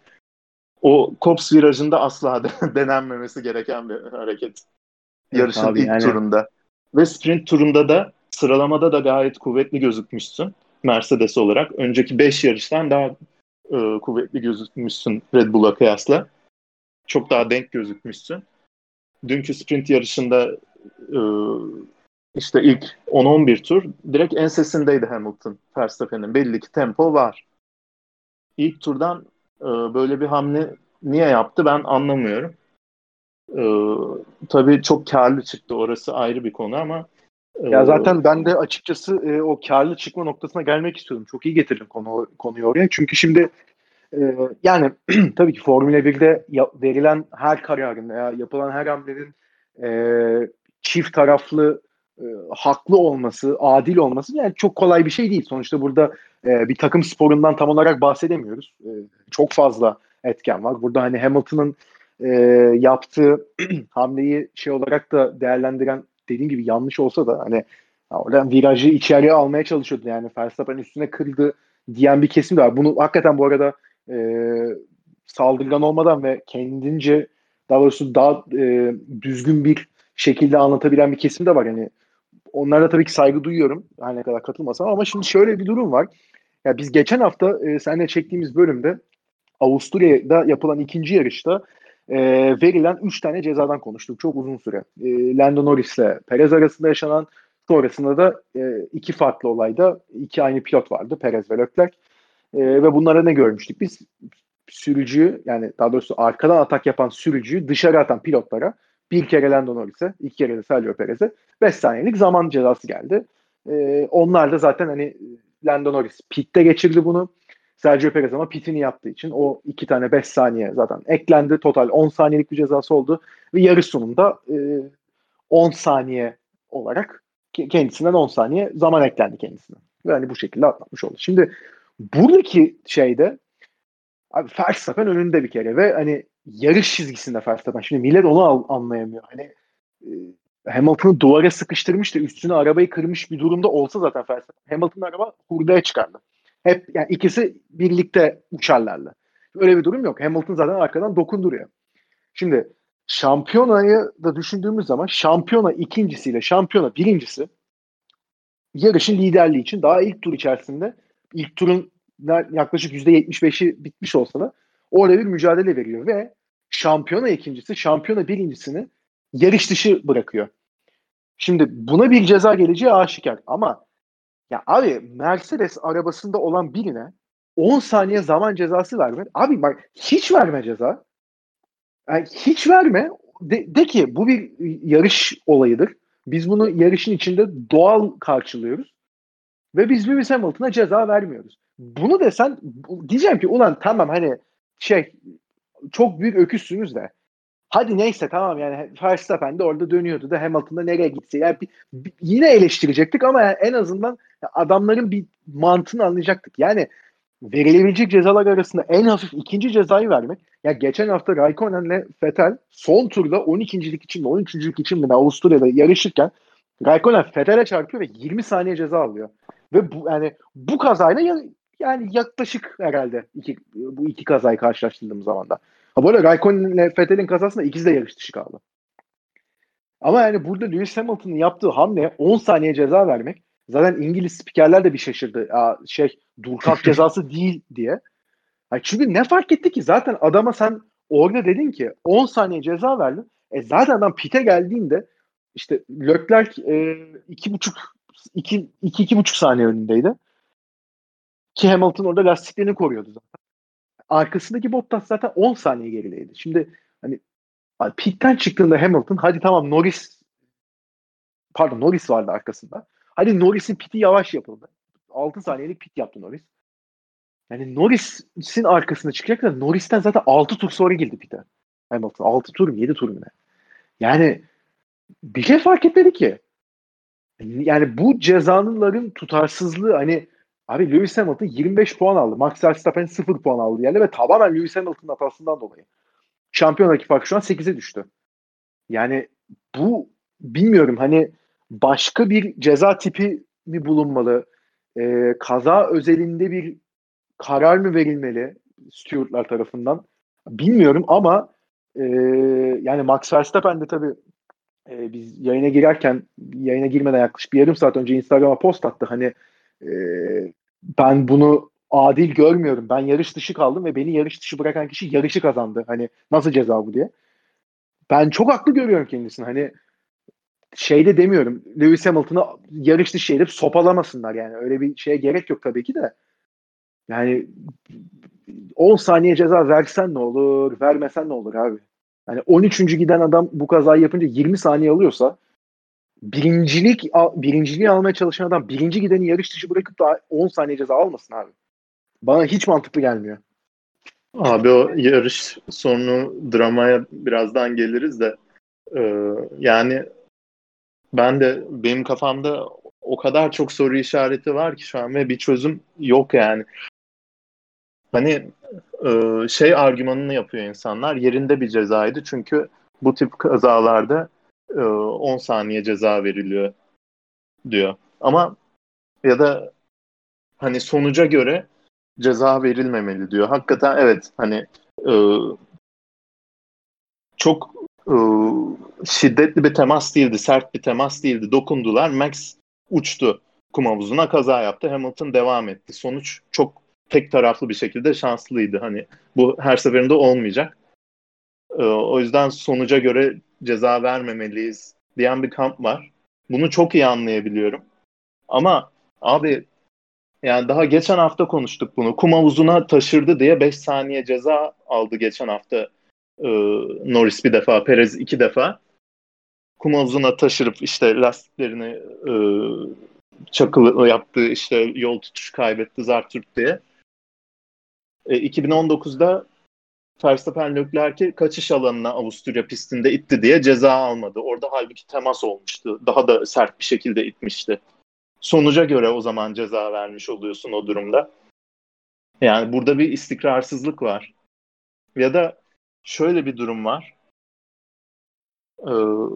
O Copse virajında asla denenmemesi gereken bir hareket. Evet Yarışın abi ilk yani turunda. Ve sprint turunda da sıralamada da gayet kuvvetli gözükmüşsün Mercedes olarak. Önceki beş yarıştan daha e, kuvvetli gözükmüşsün Red Bull'a kıyasla. Çok daha denk gözükmüşsün. Dünkü sprint yarışında e, işte ilk on on bir tur direkt ensesindeydi Hamilton, Verstappen'in. Belli ki tempo var. İlk turdan e, böyle bir hamle niye yaptı ben anlamıyorum. E, tabii çok karlı çıktı, orası ayrı bir konu ama e, ya zaten ben de açıkçası e, o karlı çıkma noktasına gelmek istiyorum. Çok iyi getirdin konu, konuyu oraya. Çünkü şimdi e, yani tabii ki Formula birde ya- verilen her kararın veya yapılan her hamlenin e, çift taraflı e, haklı olması, adil olması yani çok kolay bir şey değil. Sonuçta burada e, bir takım sporundan tam olarak bahsedemiyoruz. E, çok fazla etken var. Burada hani Hamilton'ın e, yaptığı hamleyi şey olarak da değerlendiren dediğim gibi yanlış olsa da hani oradan virajı içeriye almaya çalışıyordu yani Verstappen üstüne kırdı diyen bir kesim de var. Bunu hakikaten bu arada e, saldırgan olmadan ve kendince daha doğrusu daha e, düzgün bir şekilde anlatabilen bir kesim de var. Yani onlara tabii ki saygı duyuyorum. Her ne kadar katılmasam ama şimdi şöyle bir durum var. Ya biz geçen hafta e, seninle çektiğimiz bölümde Avusturya'da yapılan ikinci yarışta e, verilen üç tane cezadan konuştuk. Çok uzun süre. E, Lando Norris ile Perez arasında yaşanan sonrasında da e, iki farklı olayda iki aynı pilot vardı. Perez ve Leclerc. E, ve bunlara ne görmüştük? Biz sürücüyü yani daha doğrusu arkadan atak yapan sürücüyü dışarı atan pilotlara bir kere Lando Norris'e, iki kere de Sergio Perez'e beş saniyelik zaman cezası geldi. E, onlar da zaten hani Lando Norris pitte geçirdi bunu. Sergio Perez ama pitini yaptığı için o iki tane beş saniye zaten eklendi. Total on saniyelik bir cezası oldu. Ve yarış sonunda e, on saniye olarak kendisinden on saniye zaman eklendi kendisine. Ve hani bu şekilde atlatmış oldu. Şimdi buradaki şeyde abi Verstappen önünde bir kere ve hani yarış çizgisinde Verstappen. Şimdi millet onu al- anlayamıyor. Hani e, Hamilton'ı duvara sıkıştırmış da üstüne arabayı kırmış bir durumda olsa zaten Verstappen. Hamilton'ın araba hurdaya çıkardı. Hep yani ikisi birlikte uçarlarla. Öyle bir durum yok. Hamilton zaten arkadan dokunduruyor. Şimdi şampiyonayı da düşündüğümüz zaman şampiyona ikincisiyle şampiyona birincisi yarışın liderliği için daha ilk tur içerisinde ilk turun yaklaşık yüzde yetmiş beşi bitmiş olsa da orada bir mücadele veriyor ve şampiyona ikincisi, şampiyona birincisini yarış dışı bırakıyor. Şimdi buna bir ceza geleceği aşikar ama ya abi Mercedes arabasında olan birine on saniye zaman cezası verme. Abi bak hiç verme ceza. Yani hiç verme. De, de ki bu bir yarış olayıdır. Biz bunu yarışın içinde doğal karşılıyoruz. Ve biz Lewis Hamilton'a ceza vermiyoruz. Bunu desen diyeceğim ki ulan tamam hani şey çok büyük öküzsünüz de. Hadi neyse tamam yani Verstappen de orada dönüyordu da Hamilton'da nereye gitse. Yani bir, bir, yine eleştirecektik ama yani en azından adamların bir mantığını anlayacaktık. Yani verilebilecek cezalar arasında en hafif ikinci cezayı vermek. Ya geçen hafta Raikkonen'le Vettel son turda on ikincilik için mi on üçüncülük için mi Avusturya'da yarışırken Raikkonen Vettel'e çarpıyor ve yirmi saniye ceza alıyor. Ve bu yani bu kazayla ya, yani yaklaşık herhalde iki, bu iki kazayı karşılaştırdığım zaman da. Ha bu arada Raikkonen'le Vettel'in kazasında ikisi de yarış dışı kaldı. Ama yani burada Lewis Hamilton'ın yaptığı hamle on saniye ceza vermek. Zaten İngiliz spikerler de bir şaşırdı. Aa, şey dur kalk cezası değil diye. Yani çünkü ne fark etti ki? Zaten adama sen orada dedin ki on saniye ceza verdin. E zaten adam pite geldiğinde işte Leclerc e, iki buçuk iki, iki, iki buçuk saniye önündeydi. Ki Hamilton orada lastiklerini koruyordu zaten. Arkasındaki Bottas zaten on saniye gerideydi. Şimdi hani pitten çıktığında Hamilton hadi tamam Norris pardon Norris vardı arkasında. Hadi Norris'in piti yavaş yapıldı. altı saniyelik pit yaptı Norris. Yani Norris'in arkasına çıkacak da Norris'ten zaten altı tur sonra girdi pite. Hamilton altı tur mu yedi tur mu ne? Yani bir şey fark etmedi ki. Yani bu cezanınların tutarsızlığı hani abi Lewis Hamilton yirmi beş puan aldı. Max Verstappen sıfır puan aldı yani ve tamamen Lewis Hamilton'ın hatasından dolayı. Şampiyonadaki fark şu an sekize düştü. Yani bu bilmiyorum hani başka bir ceza tipi mi bulunmalı? Ee, kaza özelinde bir karar mı verilmeli Stewart'lar tarafından? Bilmiyorum ama e, yani Max Verstappen de tabii e, biz yayına girerken yayına girmeden yaklaşık bir yarım saat önce Instagram'a post attı. Hani e, ben bunu adil görmüyorum. Ben yarış dışı kaldım ve beni yarış dışı bırakan kişi yarışı kazandı. Hani nasıl ceza bu diye. Ben çok haklı görüyorum kendisini. Hani şeyde demiyorum. Lewis Hamilton'ı yarış dışı edip sopalamasınlar yani. Öyle bir şeye gerek yok tabii ki de. Yani on saniye ceza versen ne olur, vermesen ne olur abi? Yani on üçüncü giden adam bu kazayı yapınca yirmi saniye alıyorsa birincilik birinciliği almaya çalışan adam birinci gideni yarış dışı bırakıp da on saniye ceza almasın abi. Bana hiç mantıklı gelmiyor. Abi o yarış sonu dramaya birazdan geliriz de e, yani ben de benim kafamda o kadar çok soru işareti var ki şu an ve bir çözüm yok yani. Hani e, şey argümanını yapıyor insanlar yerinde bir cezaydı çünkü bu tip kazalarda e, on saniye ceza veriliyor diyor. Ama ya da hani sonuca göre ceza verilmemeli diyor. Hakikaten evet hani e, çok e, şiddetli bir temas değildi, sert bir temas değildi. Dokundular. Max uçtu kum havuzuna, kaza yaptı. Hamilton devam etti. Sonuç çok tek taraflı bir şekilde şanslıydı. Hani bu her seferinde olmayacak. E, o yüzden sonuca göre ceza vermemeliyiz diyen bir kamp var. Bunu çok iyi anlayabiliyorum. Ama abi yani daha geçen hafta konuştuk bunu. Kum havuzuna taşırdı diye beş saniye ceza aldı geçen hafta e, Norris bir defa, Perez iki defa. Kum havuzuna taşırıp işte lastiklerini e, çakılı yaptı, işte yol tutuş kaybetti, zar tut diye. E, iki bin on dokuzda Verstappen Leclerc'i kaçış alanına Avusturya pistinde itti diye ceza almadı. Orada halbuki temas olmuştu. Daha da sert bir şekilde itmişti. Sonuca göre o zaman ceza vermiş oluyorsun o durumda. Yani burada bir istikrarsızlık var. Ya da şöyle bir durum var. Ee,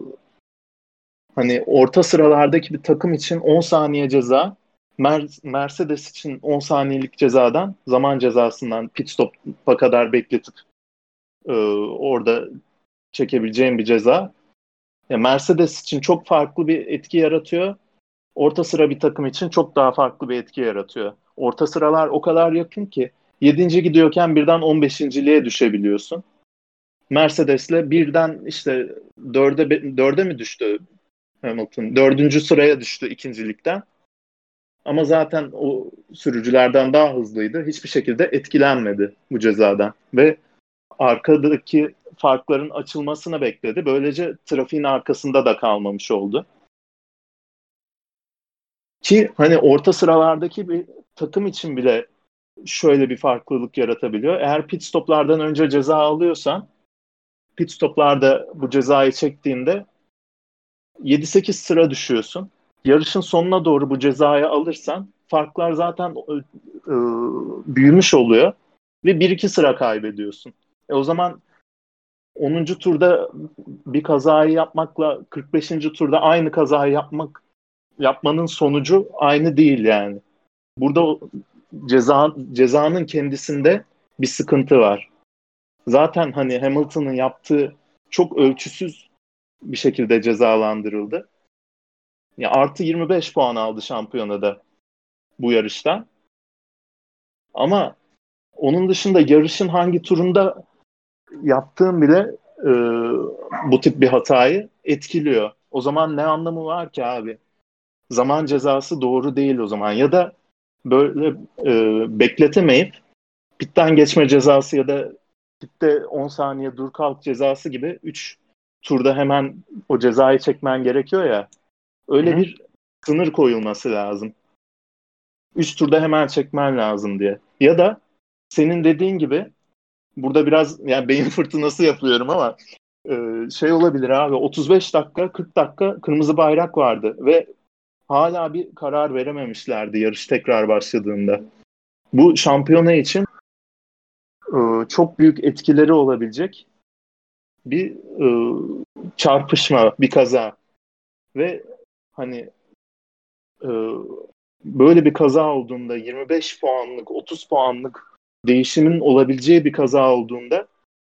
hani orta sıralardaki bir takım için on saniye ceza, Mer- Mercedes için on saniyelik cezadan, zaman cezasından pit stop'a kadar bekletip e, orada çekebileceğim bir ceza. Ya Mercedes için çok farklı bir etki yaratıyor. Orta sıra bir takım için çok daha farklı bir etki yaratıyor. Orta sıralar o kadar yakın ki yedinci gidiyorken birden on beşinciliğe düşebiliyorsun. Mercedes'le birden işte dörde, dörde mi düştü Hamilton? Dördüncü sıraya düştü ikincilikten. Ama zaten o sürücülerden daha hızlıydı. Hiçbir şekilde etkilenmedi bu cezadan. Ve arkadaki farkların açılmasını bekledi. Böylece trafiğin arkasında da kalmamış oldu. Ki hani orta sıralardaki bir takım için bile şöyle bir farklılık yaratabiliyor. Eğer pit stoplardan önce ceza alıyorsan, pit stoplarda bu cezayı çektiğinde yedi sekiz sıra düşüyorsun. Yarışın sonuna doğru bu cezayı alırsan farklar zaten e, büyümüş oluyor ve bir iki sıra kaybediyorsun. E o zaman onuncu turda bir kazayı yapmakla kırk beşinci turda aynı kazayı yapmak yapmanın sonucu aynı değil yani. Burada o ceza cezanın kendisinde bir sıkıntı var. Zaten hani Hamilton'ın yaptığı çok ölçüsüz bir şekilde cezalandırıldı. Ya artı yirmi beş puan aldı şampiyonada bu yarışta. Ama onun dışında yarışın hangi turunda yaptığım bile e, bu tip bir hatayı etkiliyor. O zaman ne anlamı var ki abi? Zaman cezası doğru değil o zaman. Ya da böyle e, bekletemeyip pitten geçme cezası ya da pitte on saniye dur kalk cezası gibi üç turda hemen o cezayı çekmen gerekiyor ya. Öyle Hı-hı. bir sınır koyulması lazım. üç turda hemen çekmen lazım diye. Ya da senin dediğin gibi burada biraz yani beyin fırtınası yapıyorum ama e, şey olabilir abi otuz beş dakika kırk dakika kırmızı bayrak vardı ve hala bir karar verememişlerdi yarış tekrar başladığında. Bu şampiyona için e, çok büyük etkileri olabilecek bir e, çarpışma, bir kaza ve hani e, böyle bir kaza olduğunda yirmi beş puanlık, otuz puanlık değişimin olabileceği bir kaza olduğunda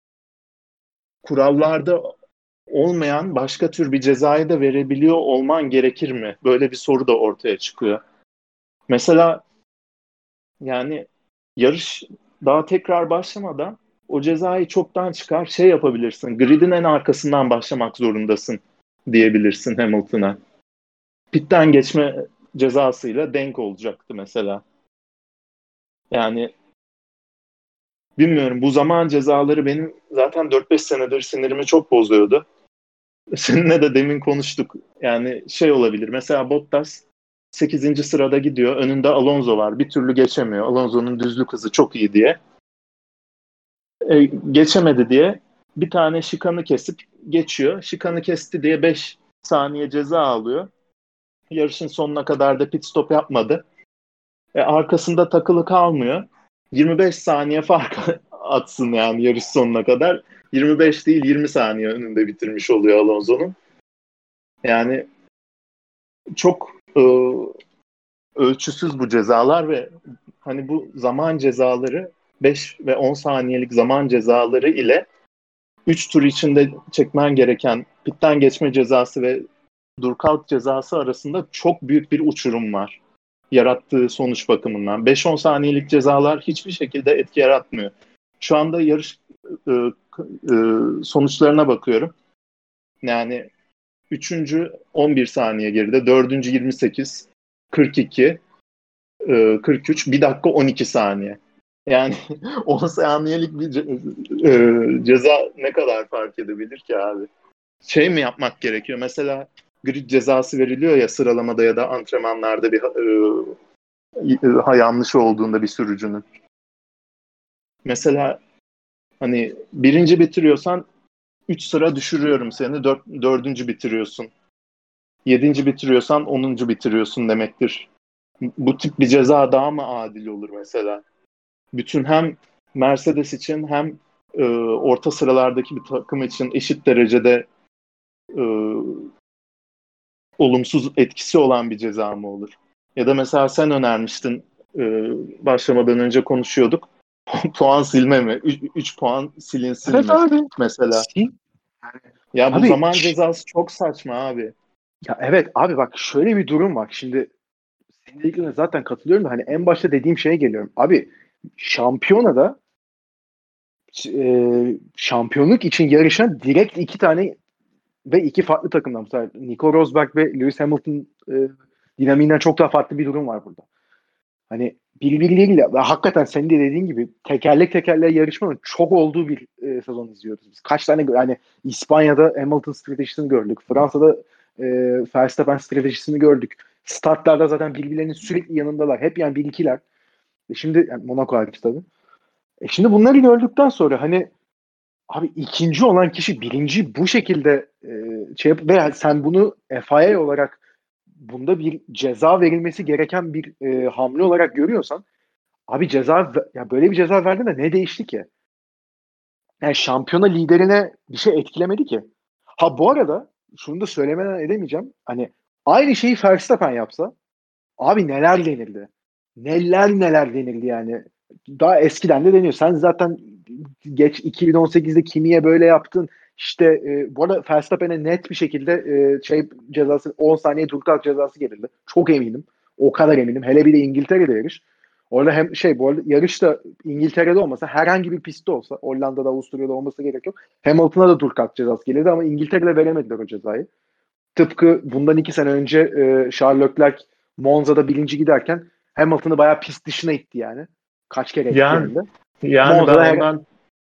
kurallarda olmayan başka tür bir cezayı da verebiliyor olman gerekir mi? Böyle bir soru da ortaya çıkıyor. Mesela yani yarış daha tekrar başlamadan o cezayı çoktan çıkar şey yapabilirsin. Gridin en arkasından başlamak zorundasın diyebilirsin Hamilton'a. Pitten geçme cezasıyla denk olacaktı mesela. Yani bilmiyorum bu zaman cezaları benim zaten dört beş senedir sinirimi çok bozuyordu. Seninle de demin konuştuk. Yani şey olabilir. Mesela Bottas sekizinci sırada gidiyor. Önünde Alonso var. Bir türlü geçemiyor. Alonso'nun düzlük hızı çok iyi diye. E, geçemedi diye bir tane şikanı kesip geçiyor. Şikanı kesti diye beş saniye ceza alıyor. Yarışın sonuna kadar da pit stop yapmadı. E, arkasında takılı kalmıyor. yirmi beş saniye fark atsın yani yarış sonuna kadar. yirmi beş değil yirmi saniye önünde bitirmiş oluyor Alonso'nun. Yani çok e, ölçüsüz bu cezalar ve hani bu zaman cezaları beş ve on saniyelik zaman cezaları ile üç tur içinde çekmen gereken pitten geçme cezası ve dur kalk cezası arasında çok büyük bir uçurum var. Yarattığı sonuç bakımından. beş on saniyelik cezalar hiçbir şekilde etki yaratmıyor. Şu anda yarış e, e, sonuçlarına bakıyorum. Yani üçüncü on bir saniye geride, dördüncü yirmi sekiz, kırk iki, kırk üç, bir dakika on iki saniye. Yani on saniyelik bir ce- e, ceza ne kadar fark edebilir ki abi? Şey mi yapmak gerekiyor? Mesela grid cezası veriliyor ya sıralamada ya da antrenmanlarda bir e, e, yanlış olduğunda bir sürücünün. Mesela hani birinci bitiriyorsan üç sıra düşürüyorum seni, dört, dördüncü bitiriyorsun. Yedinci bitiriyorsan onuncu bitiriyorsun demektir. Bu tip bir ceza daha mı adil olur mesela? Bütün hem Mercedes için hem e, orta sıralardaki bir takım için eşit derecede e, olumsuz etkisi olan bir ceza mı olur? Ya da mesela sen önermiştin e, başlamadan önce konuşuyorduk. Puan silme mi? üç puan silinsin Evet mi? abi. Mesela. Sil. Ya bu Abi zaman ş- cezası çok saçma abi. ya evet abi bak şöyle bir durum var. Şimdi senin dediğine zaten katılıyorum da hani en başta dediğim şeye geliyorum. Abi şampiyonada e, şampiyonluk için yarışan direkt iki tane ve iki farklı takımdan. Mesela Nico Rosberg ve Lewis Hamilton e, dinamiğinden çok daha farklı bir durum var burada. Hani birbirleriyle ve hakikaten senin de dediğin gibi tekerlek tekerleğe yarışmanın çok olduğu bir e, sezon izliyoruz biz. Kaç tane yani İspanya'da Hamilton stratejisini gördük. Fransa'da e, Verstappen stratejisini gördük. Startlarda zaten birbirlerinin sürekli yanındalar. Hep yani bir ikiler. E şimdi yani Monaco hariç tabii. E şimdi bunları gördükten sonra hani abi ikinci olan kişi birinci bu şekilde e, şey yap ve sen bunu F I A olarak bunda bir ceza verilmesi gereken bir e, hamle olarak görüyorsan abi ceza ya böyle bir ceza verdiğinde ne değişti ki? Yani şampiyona liderine bir şey etkilemedi ki. Ha bu arada şunu da söylemeden edemeyeceğim. Hani aynı şeyi Verstappen yapsa abi neler denirdi? Neler neler denirdi yani. Daha eskiden de deniyor. Sen zaten geç iki bin on sekizde kimiye böyle yaptın. İşte e, bu arada Verstappen'e net bir şekilde e, şey cezası on saniye dur kalk cezası gelirdi. Çok eminim. O kadar eminim. Hele bir de İngiltere'de yarış. Orada hem şey bu arada yarış da İngiltere'de olmasa herhangi bir pistte olsa Hollanda'da Avusturya'da olması gerek yok. Hamilton'a da dur kalk cezası gelirdi ama İngiltere'de veremediler o cezayı. Tıpkı bundan iki sene önce e, Charles Leclerc Monza'da birinci giderken Hamilton'ı bayağı pist dışına itti yani. Kaç kere etti Yani hem de. yani ben Monza'da her... ondan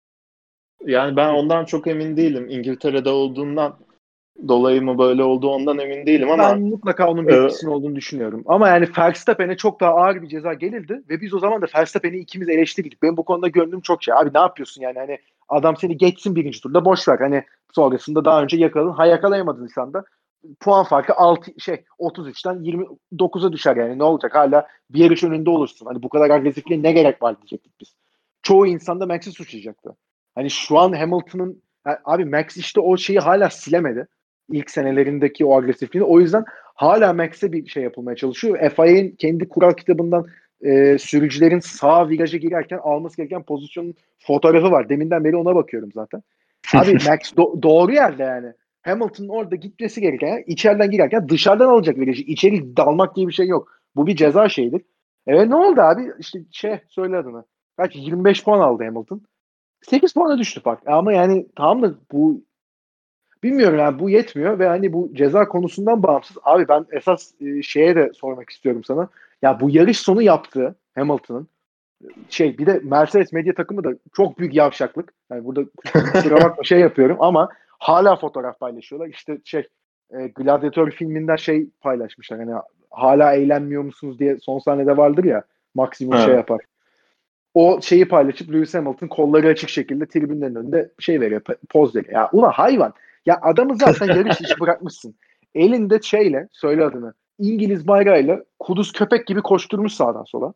yani ben ondan çok emin değilim. İngiltere'de olduğundan dolayı mı böyle oldu ondan emin değilim Ben ama mutlaka onun bir e, etkisinin olduğunu düşünüyorum. Ama yani Verstappen'e çok daha ağır bir ceza gelirdi ve biz o zaman da Verstappen'i ikimiz eleştirdik. Benim bu konuda gönlüm çok şey. Abi ne yapıyorsun yani hani adam seni geçsin birinci turda boş ver. Hani sonrasında daha önce yakaladın. Ha yakalayamadın sen de. Puan farkı altı şey otuz üçten yirmi dokuza düşer yani. Ne olacak? Hala bir yarış önünde olursun. Hani bu kadar agresifliğe ne gerek var diyecektik biz. Çoğu insan da Max'i suçlayacaktı. Hani şu an Hamilton'ın yani abi Max işte o şeyi hala silemedi. İlk senelerindeki o agresifliğini. O yüzden hala Max'e bir şey yapılmaya çalışıyor. F I A'nin kendi kural kitabından e, sürücülerin sağ viraja girerken alması gereken pozisyonun fotoğrafı var. Deminden beri ona bakıyorum zaten. Abi Max do- doğru yerde yani. Hamilton'ın orada gitmesi gereken yani içeriden girerken dışarıdan alacak virajı. İçeri dalmak diye bir şey yok. Bu bir ceza şeyidir. Evet ne oldu abi? İşte şey söyle adını. Kaç yirmi beş puan aldı Hamilton. sekiz puana düştü fark. Ama yani tamam da bu bilmiyorum yani bu yetmiyor ve hani bu ceza konusundan bağımsız abi ben esas e, şeye de sormak istiyorum sana. Ya bu yarış sonu yaptığı Hamilton'ın şey bir de Mercedes medya takımı da çok büyük yavşaklık. Yani burada kusura bakma şey yapıyorum ama hala fotoğraf paylaşıyorlar. İşte şey e, Gladiator filminden şey paylaşmışlar. Hani hala eğlenmiyor musunuz diye son sahnede vardır ya maksimum şey ha. yapar. O şeyi paylaşıp Lewis Hamilton kolları açık şekilde tribünlerin önünde şey veriyor, poz veriyor. Ya ulan hayvan. Ya adamı zaten yarış dışı bırakmışsın. Elinde şeyle, söyle adını, İngiliz bayrağıyla kuduz köpek gibi koşturmuş sağdan sola.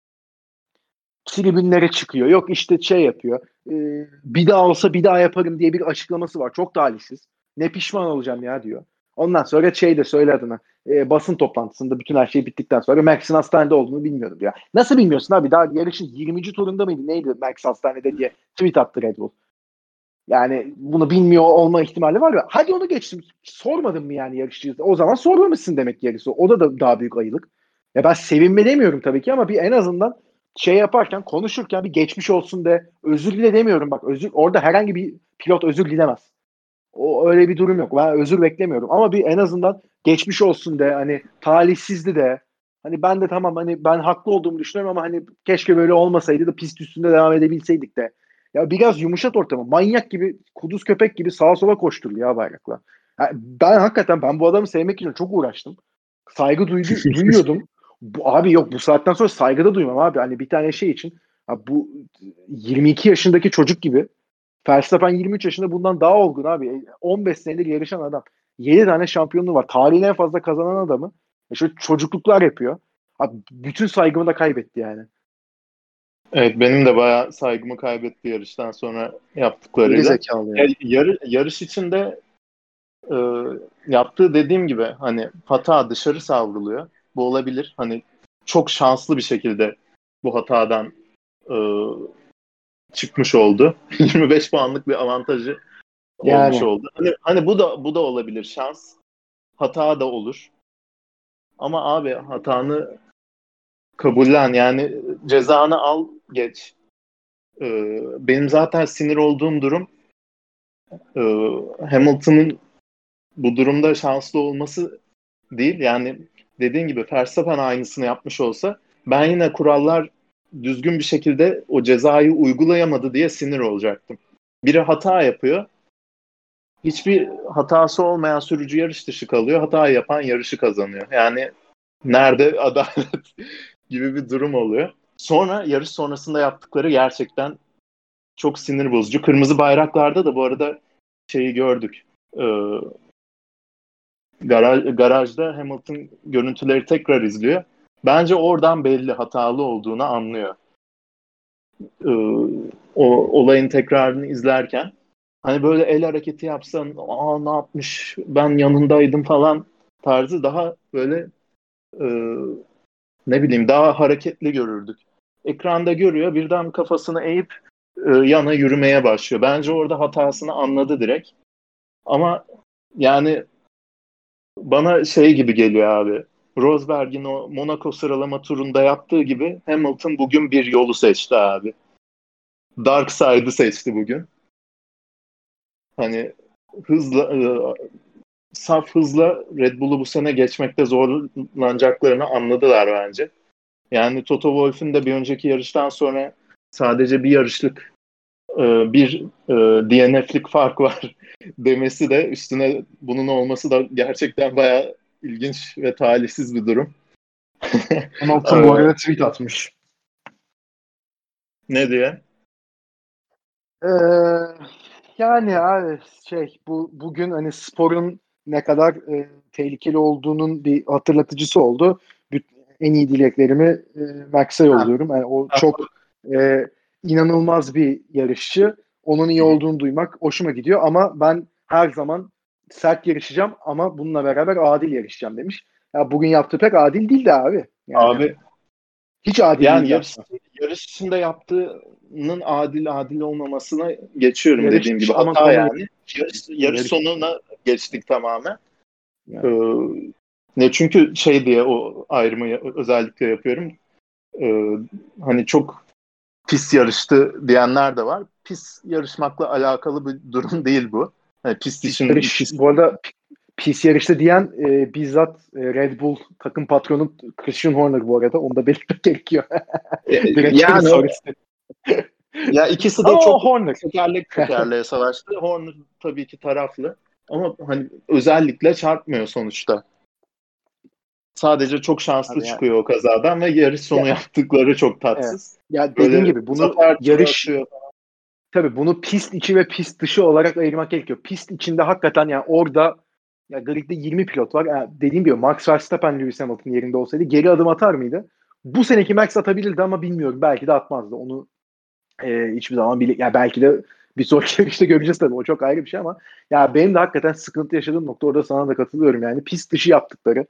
Tribünlere çıkıyor. Yok işte şey yapıyor. E, bir daha olsa bir daha yaparım diye bir açıklaması var. Çok talihsiz. Ne pişman olacağım ya diyor. Ondan sonra şey de söyle adına. E, basın toplantısında bütün her şey bittikten sonra Max'in hastanede olduğunu bilmiyordum ya. Nasıl bilmiyorsun abi? Daha yarışın yirminci turunda mıydı? Neydi Max hastanede diye tweet attı Red Bull. Yani bunu bilmiyor olma ihtimali var ya. Hadi onu geçtim. Sormadın mı yani yarışçıyı? O zaman sormamışsın demek yarısı. O da, da daha büyük ayılık. Ya ben sevinme demiyorum tabii ki ama bir en azından şey yaparken konuşurken bir geçmiş olsun de özür dile demiyorum bak özür orada herhangi bir pilot özür dilemez. O öyle bir durum yok. Ben özür beklemiyorum ama bir en azından geçmiş olsun de hani talihsizdi de hani ben de tamam hani ben haklı olduğumu düşünüyorum ama hani keşke böyle olmasaydı da pist üstünde devam edebilseydik de. Ya biraz yumuşat ortamı. Manyak gibi, kuduz köpek gibi sağa sola koşturuyor ya bayrakla. Ya ben hakikaten ben bu adamı sevmek için çok uğraştım. Saygı duydu, duyuyordum. Bu, abi yok bu saatten sonra saygı da duymam abi. Hani bir tane şey için ya bu yirmi iki yaşındaki çocuk gibi Verstappen yirmi üç yaşında bundan daha olgun abi. on beş senedir yarışan adam. yedi tane şampiyonluğu var. Tarihin en fazla kazanan adamı. E şöyle çocukluklar yapıyor. Abi bütün saygımı da kaybetti yani. Evet, benim de bayağı saygımı kaybetti yarıştan sonra Geri yaptıklarıyla. zekalı Ya, ya. yarı, yarış içinde e, yaptığı dediğim gibi hani hata dışarı savruluyor. Bu olabilir. Hani çok şanslı bir şekilde bu hatadan e, çıkmış oldu. yirmi beş puanlık bir avantajı olmuş Yani oldu. Hani, hani bu da bu da olabilir. Şans, hata da olur. Ama abi hatanı kabullen yani cezanı al geç. E, benim zaten sinir olduğum durum e, Hamilton'ın bu durumda şanslı olması değil. Yani dediğin gibi Verstappen aynısını yapmış olsa ben yine kurallar düzgün bir şekilde o cezayı uygulayamadı diye sinir olacaktım. Biri hata yapıyor. Hiçbir hatası olmayan sürücü yarış dışı kalıyor. Hata yapan yarışı kazanıyor. Yani nerede adalet gibi bir durum oluyor. Sonra yarış sonrasında yaptıkları gerçekten çok sinir bozucu. Kırmızı bayraklarda da bu arada şeyi gördük. Ee, garaj, garajda Hamilton görüntüleri tekrar izliyor. Bence oradan belli hatalı olduğunu anlıyor. Ee, o olayın tekrarını izlerken. Hani böyle el hareketi yapsan, aa ne yapmış, ben yanındaydım falan tarzı daha böyle e, ne bileyim daha hareketli görürdük. Ekranda görüyor, birden kafasını eğip e, yana yürümeye başlıyor. Bence orada hatasını anladı direkt. Ama yani bana şey gibi geliyor abi. Rosberg'in o Monaco sıralama turunda yaptığı gibi Hamilton bugün bir yolu seçti abi. Dark Side'ı seçti bugün. Hani hızla e, saf hızla Red Bull'u bu sene geçmekte zorlanacaklarını anladılar bence. Yani Toto Wolff'ün de bir önceki yarıştan sonra sadece bir yarışlık e, bir e, D N F'lik fark var demesi de üstüne bunun olması da gerçekten bayağı ilginç ve talihsiz bir durum. Hamilton bu Ee, arada tweet atmış. ne diye? Ee, yani abi şey bu bugün hani sporun ne kadar e, tehlikeli olduğunun bir hatırlatıcısı oldu. Büt- En iyi dileklerimi e, Max'e Ha, yolluyorum. Yani o ha. çok e, inanılmaz bir yarışçı. Onun iyi olduğunu duymak hoşuma gidiyor ama ben her zaman sert yarışacağım ama bununla beraber adil yarışacağım demiş. Ya bugün yaptığı pek adil değildi abi. Yani Abi hiç adil yani değildi yarış hatta. yarış içinde yaptığının adil adil olmamasına geçiyorum Yarış dediğim dışı gibi. ama Hata konu yani. Yarış, yarış yarış sonuna geçtik tamamen. Ee, yani. ne çünkü şey diye o ayrımı ya- özellikle yapıyorum. Ee, hani çok pis yarıştı diyenler de var. Pis yarışmakla alakalı bir durum değil bu. Hani pist Pis için yarış pist bu arada p- pis yarışta diyen e, bizzat e, Red Bull takım patronu Christian Horner bu arada. Onu da belirtmek gerekiyor. e, Direkt yarış yani o- sonrası. ya ikisi de Ama o çok Horner. tekerlek tekerleğe savaştı. Horner tabii ki taraflı ama hani özellikle çarpmıyor sonuçta. Sadece çok şanslı Abi yani, çıkıyor o kazadan ve yarış sonu ya, yaptıkları çok evet. tatsız. Ya dediğin Böyle gibi bunu zafer turu yarış atıyor. tabii bunu pist içi ve pist dışı olarak ayırmak gerekiyor. Pist içinde hakikaten yani orada ya gridde yirmi pilot var. Yani dediğim gibi Max Verstappen Lewis Hamilton yerinde olsaydı geri adım atar mıydı? Bu seneki Max atabilirdi ama bilmiyorum. Belki de atmazdı. Onu e, hiçbir zaman bile ya belki de bir sonraki yarışta göreceğiz tabii. O çok ayrı bir şey ama ya benim de hakikaten sıkıntı yaşadığım nokta orada sana da katılıyorum yani. Pist dışı yaptıkları.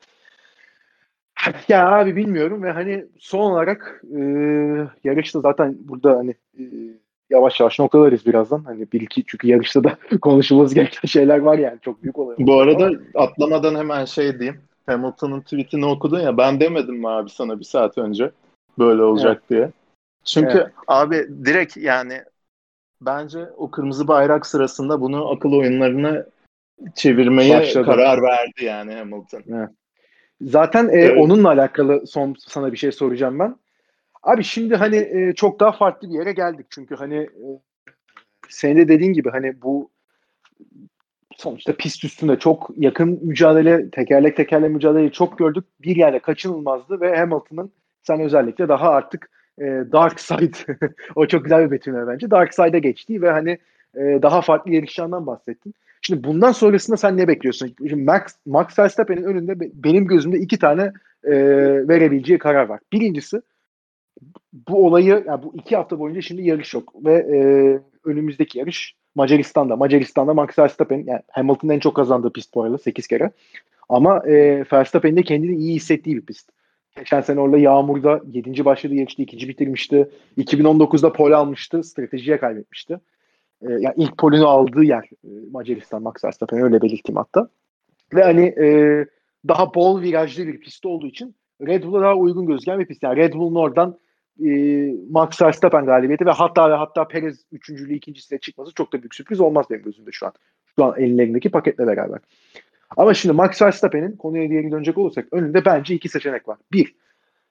Ya abi bilmiyorum ve hani son olarak e, yarışta zaten burada hani e, yavaş yavaş noktalarız birazdan. Hani bir iki çünkü yarışta da konuşulması gereken şeyler var yani. Çok büyük olay Bu olacak arada ama. atlamadan hemen şey diyeyim. Hamilton'ın tweetini okudun ya, ben demedim mi abi sana bir saat önce böyle Evet, olacak diye. evet. Çünkü abi direkt yani bence o kırmızı bayrak sırasında bunu akıl oyunlarına çevirmeye Başladı. karar verdi yani Hamilton. Evet. Zaten e, Ee, onunla alakalı son sana bir şey soracağım ben. Abi şimdi hani e, çok daha farklı bir yere geldik. Çünkü hani e, senin de dediğin gibi hani bu sonuçta pist üstünde çok yakın mücadele, tekerlek tekerlek mücadeleyi çok gördük. Bir yerde kaçınılmazdı ve Hamilton'ın sen özellikle daha artık e, dark side o çok güzel bir betimleme bence. Dark side'a geçtiği ve hani e, daha farklı yarışlarından bahsettin. Şimdi bundan sonrasında sen ne bekliyorsun? Şimdi Max, Max Verstappen'in önünde be- benim gözümde iki tane e, verebileceği karar var. Birincisi bu olayı yani bu iki hafta boyunca şimdi yarış yok ve e, önümüzdeki yarış Macaristan'da. Macaristan'da Max Verstappen yani Hamilton'ın en çok kazandığı pist bu arada sekiz kere. Ama e, Verstappen'in de kendini iyi hissettiği bir pist. Geçen sene orada yağmurda yedinci başladı yarışta ikinci bitirmişti. iki bin on dokuzda pole almıştı. Stratejiye kaybetmişti. E, yani ilk polünü aldığı yer e, Macaristan Max Verstappen öyle belirteyim hatta. Ve hani e, daha bol virajlı bir pist olduğu için Red Bull'a daha uygun gözüken bir pist. Yani Red Bull'un oradan e, Max Verstappen galibiyeti ve hatta ve hatta Perez üçüncülüğü ikincisine çıkması çok da büyük sürpriz olmaz benim gözümde şu an. Şu an ellerindeki paketle beraber. Ama şimdi Max Verstappen'in konuya geri dönecek olursak önünde bence iki seçenek var. Bir,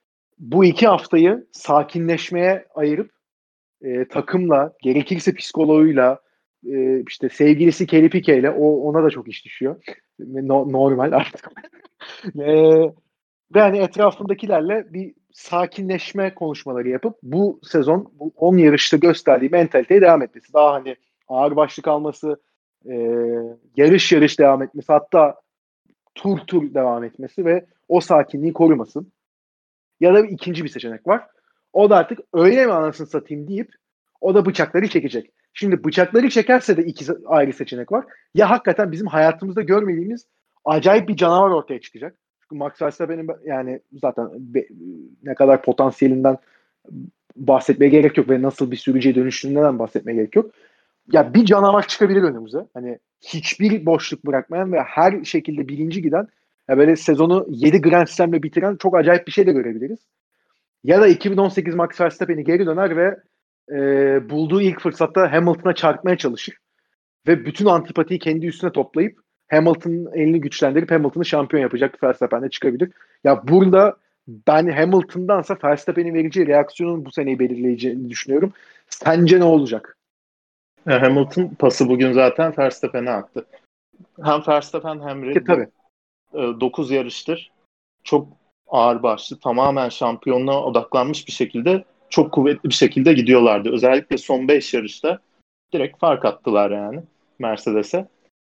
bu iki haftayı sakinleşmeye ayırıp e, takımla, gerekirse psikoloğuyla, e, işte sevgilisi Kelly Piquet'le, o ona da çok iş düşüyor. No, normal artık. e, Ve hani etrafındakilerle bir sakinleşme konuşmaları yapıp bu sezon bu on yarışta gösterdiği mentaliteye devam etmesi. Daha hani ağır başlık alması, e, yarış yarış devam etmesi, hatta tur tur devam etmesi ve o sakinliği koruması. Ya da bir ikinci bir seçenek var. O da artık öyle mi anasını satayım deyip o da bıçakları çekecek. Şimdi bıçakları çekerse de iki ayrı seçenek var. Ya hakikaten bizim hayatımızda görmediğimiz acayip bir canavar ortaya çıkacak. Çünkü Max Verstappen'in yani zaten be, ne kadar potansiyelinden bahsetmeye gerek yok ve nasıl bir sürücüye dönüştüğünden bahsetmeye gerek yok. Ya bir canavar çıkabilir önümüze. Hani hiçbir boşluk bırakmayan ve her şekilde birinci giden, ya böyle sezonu yedi Grand Slam'le bitiren çok acayip bir şey de görebiliriz. Ya da iki bin on sekiz Max Verstappen'i geri döner ve e, bulduğu ilk fırsatta Hamilton'a çarpmaya çalışır. Ve bütün antipatiyi kendi üstüne toplayıp Hamilton'ın elini güçlendirip Hamilton'ı şampiyon yapacak Verstappen'de çıkabilir. Ya burada ben Hamilton'dansa Verstappen'in vereceği reaksiyonun bu seneyi belirleyeceğini düşünüyorum. Sence ne olacak? Hamilton pası bugün zaten Verstappen'e attı. Hem Verstappen hem Ki Red Bull tabii. dokuz yarıştır çok ağır başlı, tamamen şampiyonluğa odaklanmış bir şekilde, çok kuvvetli bir şekilde gidiyorlardı. Özellikle son beş yarışta direkt fark attılar yani Mercedes'e.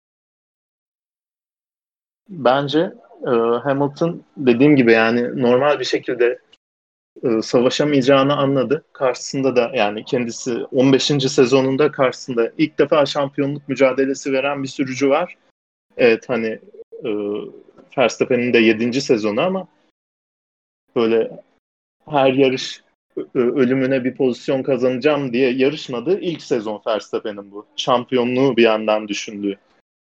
Bence e, Hamilton dediğim gibi yani normal bir şekilde e, savaşamayacağını anladı. Karşısında da yani kendisi on beşinci sezonunda karşısında ilk defa şampiyonluk mücadelesi veren bir sürücü var. Evet hani e, Verstappen'in de yedinci sezonu ama böyle her yarış ölümüne bir pozisyon kazanacağım diye yarışmadı. İlk sezon Verstappen'in bu. Şampiyonluğu bir yandan düşündüğü.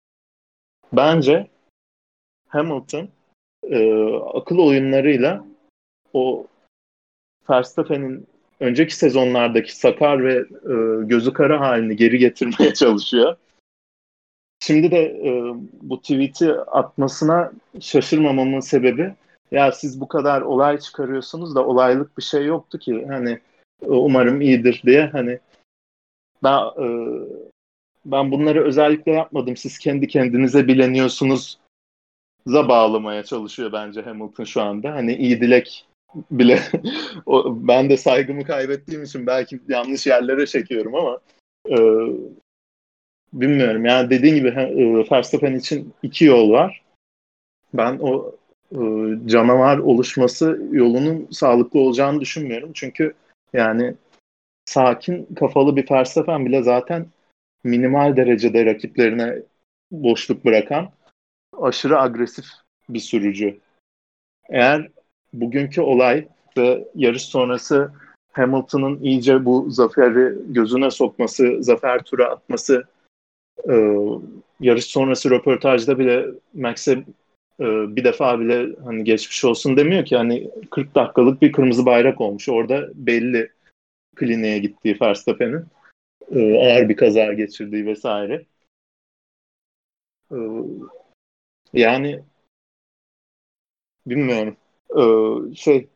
Bence Hamilton e, akıl oyunlarıyla o Verstappen'in önceki sezonlardaki sakar ve e, gözü kara halini geri getirmeye çalışıyor. Şimdi de e, bu tweet'i atmasına şaşırmamamın sebebi, ya siz bu kadar olay çıkarıyorsunuz da olaylık bir şey yoktu ki hani umarım iyidir diye, hani ben e, ben bunları özellikle yapmadım, siz kendi kendinize bileniyorsunuz za bağlamaya çalışıyor bence Hamilton şu anda. Hani iyi dilek bile o, ben de saygımı kaybettiğim için belki yanlış yerlere çekiyorum ama e, bilmiyorum. Yani dediğin gibi e, Verstappen için iki yol var. Ben o e, canavar oluşması yolunun sağlıklı olacağını düşünmüyorum. Çünkü yani sakin kafalı bir Verstappen bile zaten minimal derecede rakiplerine boşluk bırakan aşırı agresif bir sürücü. Eğer bugünkü olay ve yarış sonrası Hamilton'ın iyice bu zaferi gözüne sokması, zafer tura atması, e, yarış sonrası röportajda bile Max'e e, bir defa bile hani geçmiş olsun demiyor ki, hani kırk dakikalık bir kırmızı bayrak olmuş. Orada belli kliniğe gittiği Verstappen'in e, ağır bir kaza geçirdiği vesaire. E, yani bilmiyorum. E, şey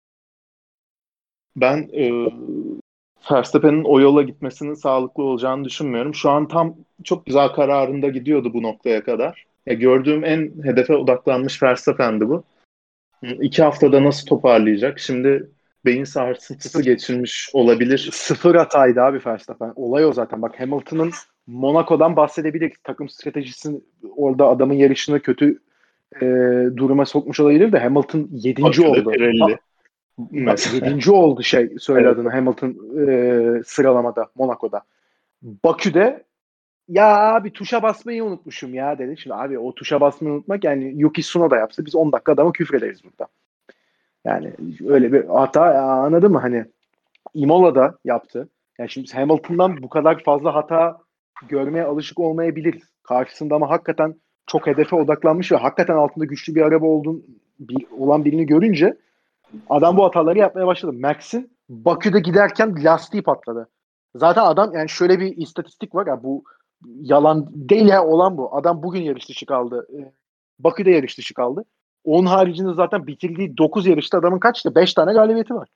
ben e, Verstappen'in o yola gitmesinin sağlıklı olacağını düşünmüyorum. Şu an tam çok güzel kararında gidiyordu bu noktaya kadar. Ya gördüğüm en hedefe odaklanmış Verstappen'di bu. İki haftada nasıl toparlayacak? Şimdi beyin sarsıntısı Sıf- geçirmiş olabilir. Sıfır hataydı abi Verstappen. Olay o zaten. Bak Hamilton'ın Monaco'dan bahsedebiliriz. Takım stratejisini orada adamın yarışını kötü e, duruma sokmuş olabilir de Hamilton yedinci Aküde oldu. Pirelli Bak mesela. yedinci oldu şey söyle Evet. adını Hamilton e, sıralamada Monaco'da. Bakü'de ya abi tuşa basmayı unutmuşum ya dedi. Şimdi abi o tuşa basmayı unutmak yani Yuki Tsunoda yapsa biz on dakika adama küfrederiz burada. Yani öyle bir hata ya, anladın mı? Hani Imola'da yaptı. Yani şimdi Hamilton'dan bu kadar fazla hata görmeye alışık olmayabiliriz. Karşısında ama hakikaten çok hedefe odaklanmış ve hakikaten altında güçlü bir araba olduğun, bir, olan birini görünce adam bu hataları yapmaya başladı. Max'in Bakü'de giderken lastiği patladı. Zaten adam yani şöyle bir istatistik var ya, bu yalan değil ya, olan bu. Adam bugün yarış dışı kaldı. Bakü'de yarış dışı kaldı. Onun haricinde zaten bitirdiği dokuz yarışta adamın kaçtı? beş tane galibiyeti var.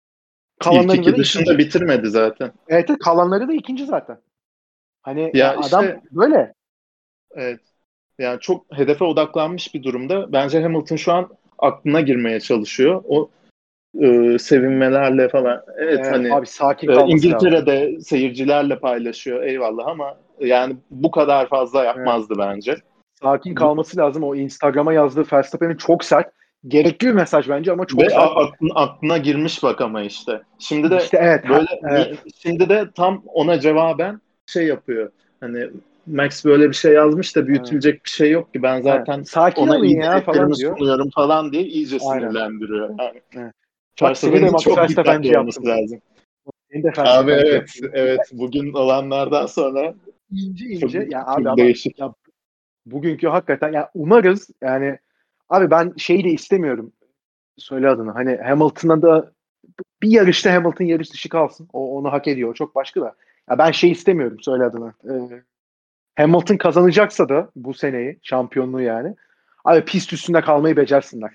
İlk Kalanlarında iki da dışında ikinci. bitirmedi zaten. Evet, evet, kalanları da ikinci zaten. Hani ya Ya adam işte böyle. evet. Yani çok hedefe odaklanmış bir durumda. Bence Hamilton şu an aklına girmeye çalışıyor. O e, sevinmelerle falan. Evet Evet, hani abi sakin e, kalması lazım. İngiltere'de seyircilerle paylaşıyor eyvallah ama yani bu kadar fazla Evet. yapmazdı bence. Sakin Bu, kalması lazım. O Instagram'a yazdığı Verstappen'in çok sert. Gerekli bir mesaj bence ama çok ve sert. a- aklına, aklına girmiş bak ama işte. Şimdi de İşte evet. böyle Ha, ni- evet. şimdi de tam ona cevaben şey yapıyor. Hani Max böyle bir şey yazmış da Evet. büyütülecek bir şey yok ki ben Evet. zaten Sakin ona olun iyi ya dileklerimi falan diyor. sunuyorum falan diye iyice Aynen. sinirlendiriyor. Yani Evet. Bak seni de Verstappen'in Max çok dikkatli Verstappen'ci olması yaptım. lazım. Seni de Abi Verstappen'ci evet, yaptım. evet. Bugün olanlardan sonra İnce çok ince. Ya abi çok ama değişik. ya bugünkü hakikaten ya umarız yani abi ben şeyi de istemiyorum. Söyle adını. Hani Hamilton'a da bir yarışta Hamilton yarış dışı kalsın. O onu hak ediyor. O çok başka da. Ya ben şey istemiyorum. Söyle adını. Ee, Hamilton kazanacaksa da bu seneyi şampiyonluğu yani. Abi pist üstünde kalmayı becersinler.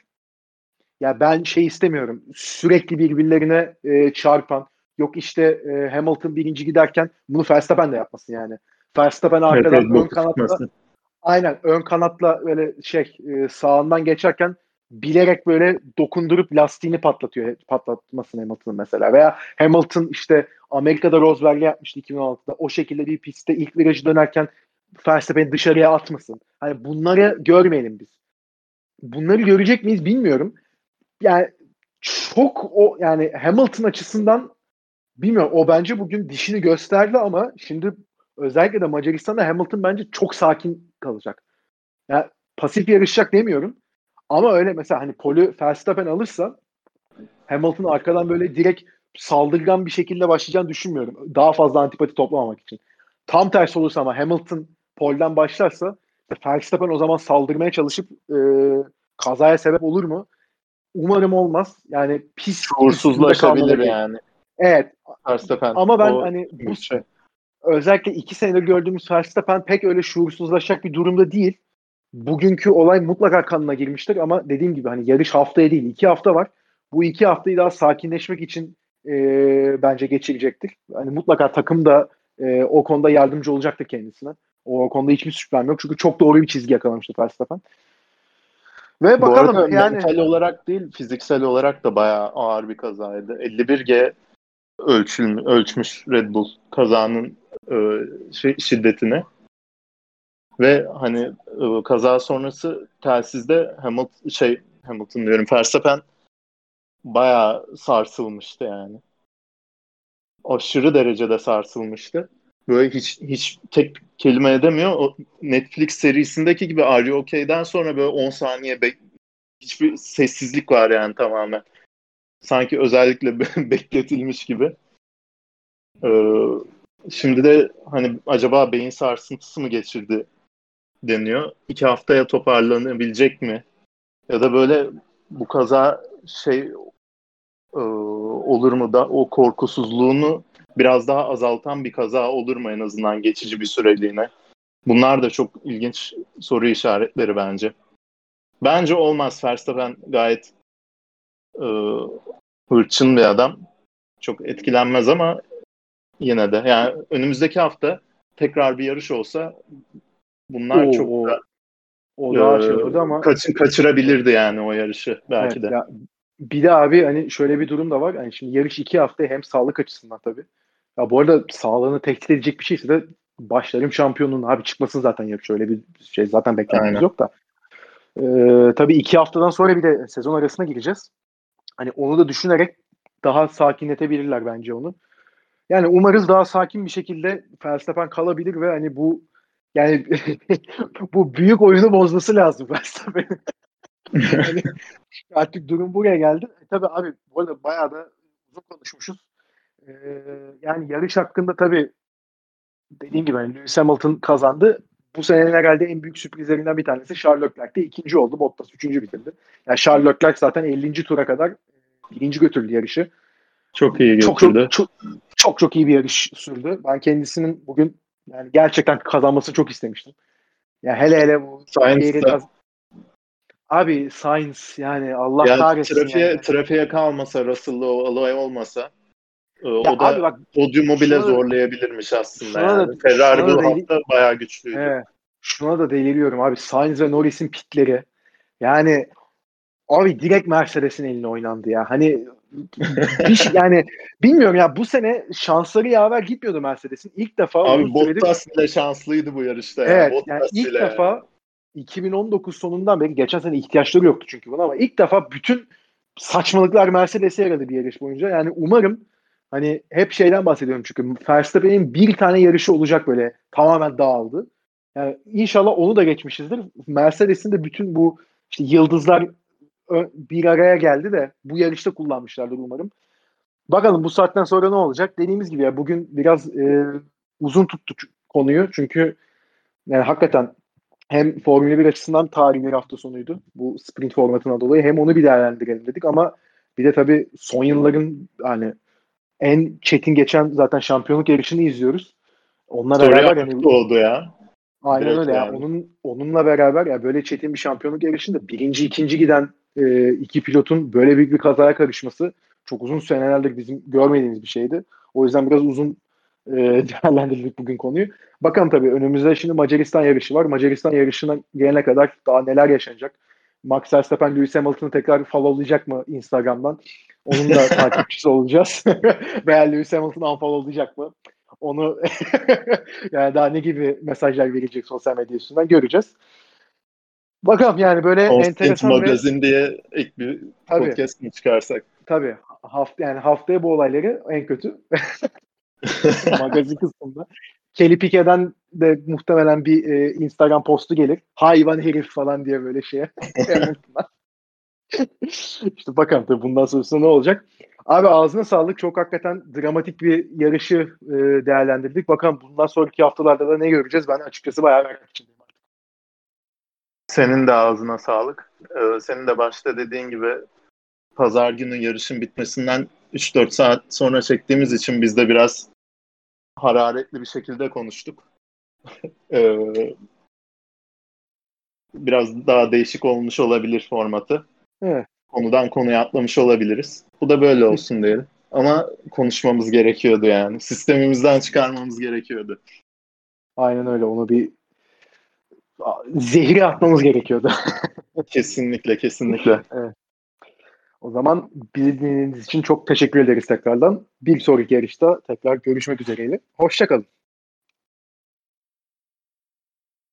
Ya ben şey istemiyorum. Sürekli birbirlerine e, çarpan. Yok işte e, Hamilton birinci giderken bunu Verstappen de yapmasın yani. Verstappen Evet, arkadan Red ön Bull kanatta tutmasın. aynen ön kanatla böyle şey e, sağından geçerken bilerek böyle dokundurup lastiğini patlatıyor. Patlatmasın Hamilton'ın mesela. Veya Hamilton işte Amerika'da Rosberg'le yapmıştı iki bin on altıda. O şekilde bir pistte ilk virajı dönerken Verstappen'i dışarıya atmasın. Hani bunları görmeyelim biz. Bunları görecek miyiz bilmiyorum. Yani çok o yani Hamilton açısından bilmiyorum. O bence bugün dişini gösterdi ama şimdi özellikle de Macaristan'da Hamilton bence çok sakin kalacak. Yani pasif yarışacak demiyorum. Ama öyle mesela hani pole Verstappen alırsa Hamilton arkadan böyle direkt saldırgan bir şekilde başlayacağını düşünmüyorum. Daha fazla antipati toplamamak için. Tam tersi olursa ama Hamilton pole'den başlarsa Verstappen o zaman saldırmaya çalışıp e, kazaya sebep olur mu? Umarım olmaz. Yani pist üstünde Şuursuzlaşabilir kalmaları gerek. yani. Evet. Verstappen Ama ben o hani bu bir şey. özellikle iki senedir gördüğümüz Verstappen pek öyle şuursuzlaşacak bir durumda değil. Bugünkü olay mutlaka kanına girmiştir ama dediğim gibi hani yarış haftaya değil iki hafta var. Bu iki haftayı daha sakinleşmek için e, bence geçirecektir. Hani mutlaka takım da e, o konuda yardımcı olacaktır kendisine. O, o konuda hiçbir şüphem yok. Çünkü çok doğru bir çizgi yakalamıştı Verstappen. Ve Bu bakalım arada yani mental olarak değil fiziksel olarak da bayağı ağır bir kazaydı. elli bir G ölçülmüş, ölçmüş Red Bull kazanın e, şey, şiddetini ve hani e, kaza sonrası telsizde Hamilton şey Hamilton diyorum Verstappen bayağı sarsılmıştı yani. Aşırı derecede sarsılmıştı. Böyle hiç hiç tek kelime edemiyor. O Netflix serisindeki gibi Are You OK'den sonra böyle on saniye bek- hiçbir sessizlik var yani tamamen. Sanki özellikle bekletilmiş gibi. Ee, Şimdi de hani acaba beyin sarsıntısı mı geçirdi deniyor. İki haftaya toparlanabilecek mi? Ya da böyle bu kaza şey e, olur mu da o korkusuzluğunu biraz daha azaltan bir kaza olur mu en azından geçici bir süreliğine? Bunlar da çok ilginç soru işaretleri bence. Bence olmaz. Verstappen gayet e, hırçın bir adam. Çok etkilenmez ama yine de. Yani önümüzdeki hafta tekrar bir yarış olsa bunlar o çok o o e, daha şey olurdu ama kaç, kaçırabilirdi yani o yarışı belki evet de. ya bir de abi hani şöyle bir durum da var. Hani şimdi yarış iki hafta hem sağlık açısından tabii. Ya bu arada sağlığını tehdit edecek bir şeyse de başlarım şampiyonluğun abi çıkmasın zaten yarış. Öyle bir şey zaten beklentimiz Aynen. yok da. Ee, tabii iki haftadan sonra bir de sezon arasına gireceğiz. Hani onu da düşünerek daha sakinletebilirler bence onu. Yani umarız daha sakin bir şekilde Verstappen kalabilir ve hani bu yani bu büyük oyunu bozması lazım Verstappen'in. Hani artık durum buraya geldi. E, tabii abi bu arada bayağı da uzun konuşmuşuz. Ee, yani yarış hakkında tabii dediğim gibi hani Lewis Hamilton kazandı. Bu senenin herhalde en büyük sürprizlerinden bir tanesi Charles Leclerc'te ikinci oldu. Bottas üçüncü bitirdi. Yani Charles Leclerc zaten ellinci tura kadar birinci götürdü yarışı. Çok iyi Çok çok götürdü. çok çok çok iyi bir yarış sürdü. Ben kendisinin bugün yani gerçekten kazanmasını çok istemiştim. Yani hele hele bu Sainz Pierre'in de kaz Abi Sainz yani Allah Ya kahretsin trafiğe yani. trafiğe kalmasa, Russell'lı o olay olmasa e, Ya o abi da bak podyumu bile şuna da zorlayabilirmiş aslında şuna da yani. Ferrari şuna da bu deli hafta bayağı güçlüydü. he, şuna da deliriyorum abi. Sainz ve Norris'in pitleri. Yani abi direkt Mercedes'in eline oynandı ya. Hani bir şey, yani bilmiyorum ya bu sene şansları yaver gitmiyordu Mercedes'in. İlk defa uzun Abi süredir Bottas bile şanslıydı bu yarışta ya. evet yani Bottas ilk bile yani. defa iki bin on dokuz sonundan beri geçen sene ihtiyaçları yoktu çünkü buna ama ilk defa bütün saçmalıklar Mercedes'e yaradı bir yarış boyunca. Yani umarım hani hep şeyden bahsediyorum çünkü Verstappen'in bir tane yarışı olacak böyle tamamen dağıldı. Yani inşallah onu da geçmişizdir. Mercedes'in de bütün bu işte yıldızlar bir araya geldi de bu yarışta kullanmışlardır umarım. Bakalım bu saatten sonra ne olacak? Dediğimiz gibi ya bugün biraz e, uzun tuttuk konuyu çünkü yani hakikaten hem Formula bir açısından tarihi bir hafta sonuydu. Bu sprint formatına dolayı hem onu bir değerlendirelim dedik ama bir de tabii son yılların hani en çetin geçen zaten şampiyonluk yarışını izliyoruz. Onunla Soruya beraber hak hani doğdu ya. aynen Direkt öyle ya. yani. Onun onunla beraber ya böyle çetin bir şampiyonluk yarışında birinci ikinci giden e, iki pilotun böyle büyük bir kazaya karışması çok uzun senelerdir bizim görmediğimiz bir şeydi. O yüzden biraz uzun e, değerlendirdik bugün konuyu. Bakalım tabii önümüzde şimdi Macaristan yarışı var. Macaristan yarışına gelene kadar daha neler yaşanacak? Max Verstappen Lewis Hamilton'ı tekrar followlayacak mı Instagram'dan? Onun da takipçisi olacağız. Veya Lewis Hamilton unfollowlayacak mı? Onu yani daha ne gibi mesajlar verecek sosyal medya üstünden göreceğiz. Bakalım yani böyle Constant enteresan ve Magazin diye ek bir tabii podcast mi çıkarsak? tabii hafta yani haftaya bu olayları en kötü magazin kısmında. Kelly Piquet'den de muhtemelen bir e, Instagram postu gelir. Hayvan herif falan diye böyle şeye. Hamilton'a. İşte bakalım tabii bundan sonrasında ne olacak. Abi ağzına sağlık. Çok hakikaten dramatik bir yarışı e, değerlendirdik. Bakalım bundan sonraki haftalarda da ne göreceğiz? Ben açıkçası bayağı merak içindeyim. Senin de ağzına sağlık. Ee, senin de başta dediğin gibi pazar günü yarışın bitmesinden üç dört saat sonra çektiğimiz için biz de biraz hararetli bir şekilde konuştuk. Ee, biraz daha değişik olmuş olabilir formatı. Evet. Konudan konuya atlamış olabiliriz. Bu da böyle olsun diyelim. Ama konuşmamız gerekiyordu yani. Sistemimizden çıkarmamız gerekiyordu. Aynen öyle. Onu bir zehri atmamız gerekiyordu. Kesinlikle, kesinlikle. Evet. O zaman bizi dinlediğiniz için çok teşekkür ederiz tekrardan. Bir sonraki yarışta tekrar görüşmek üzereyle. Hoşçakalın.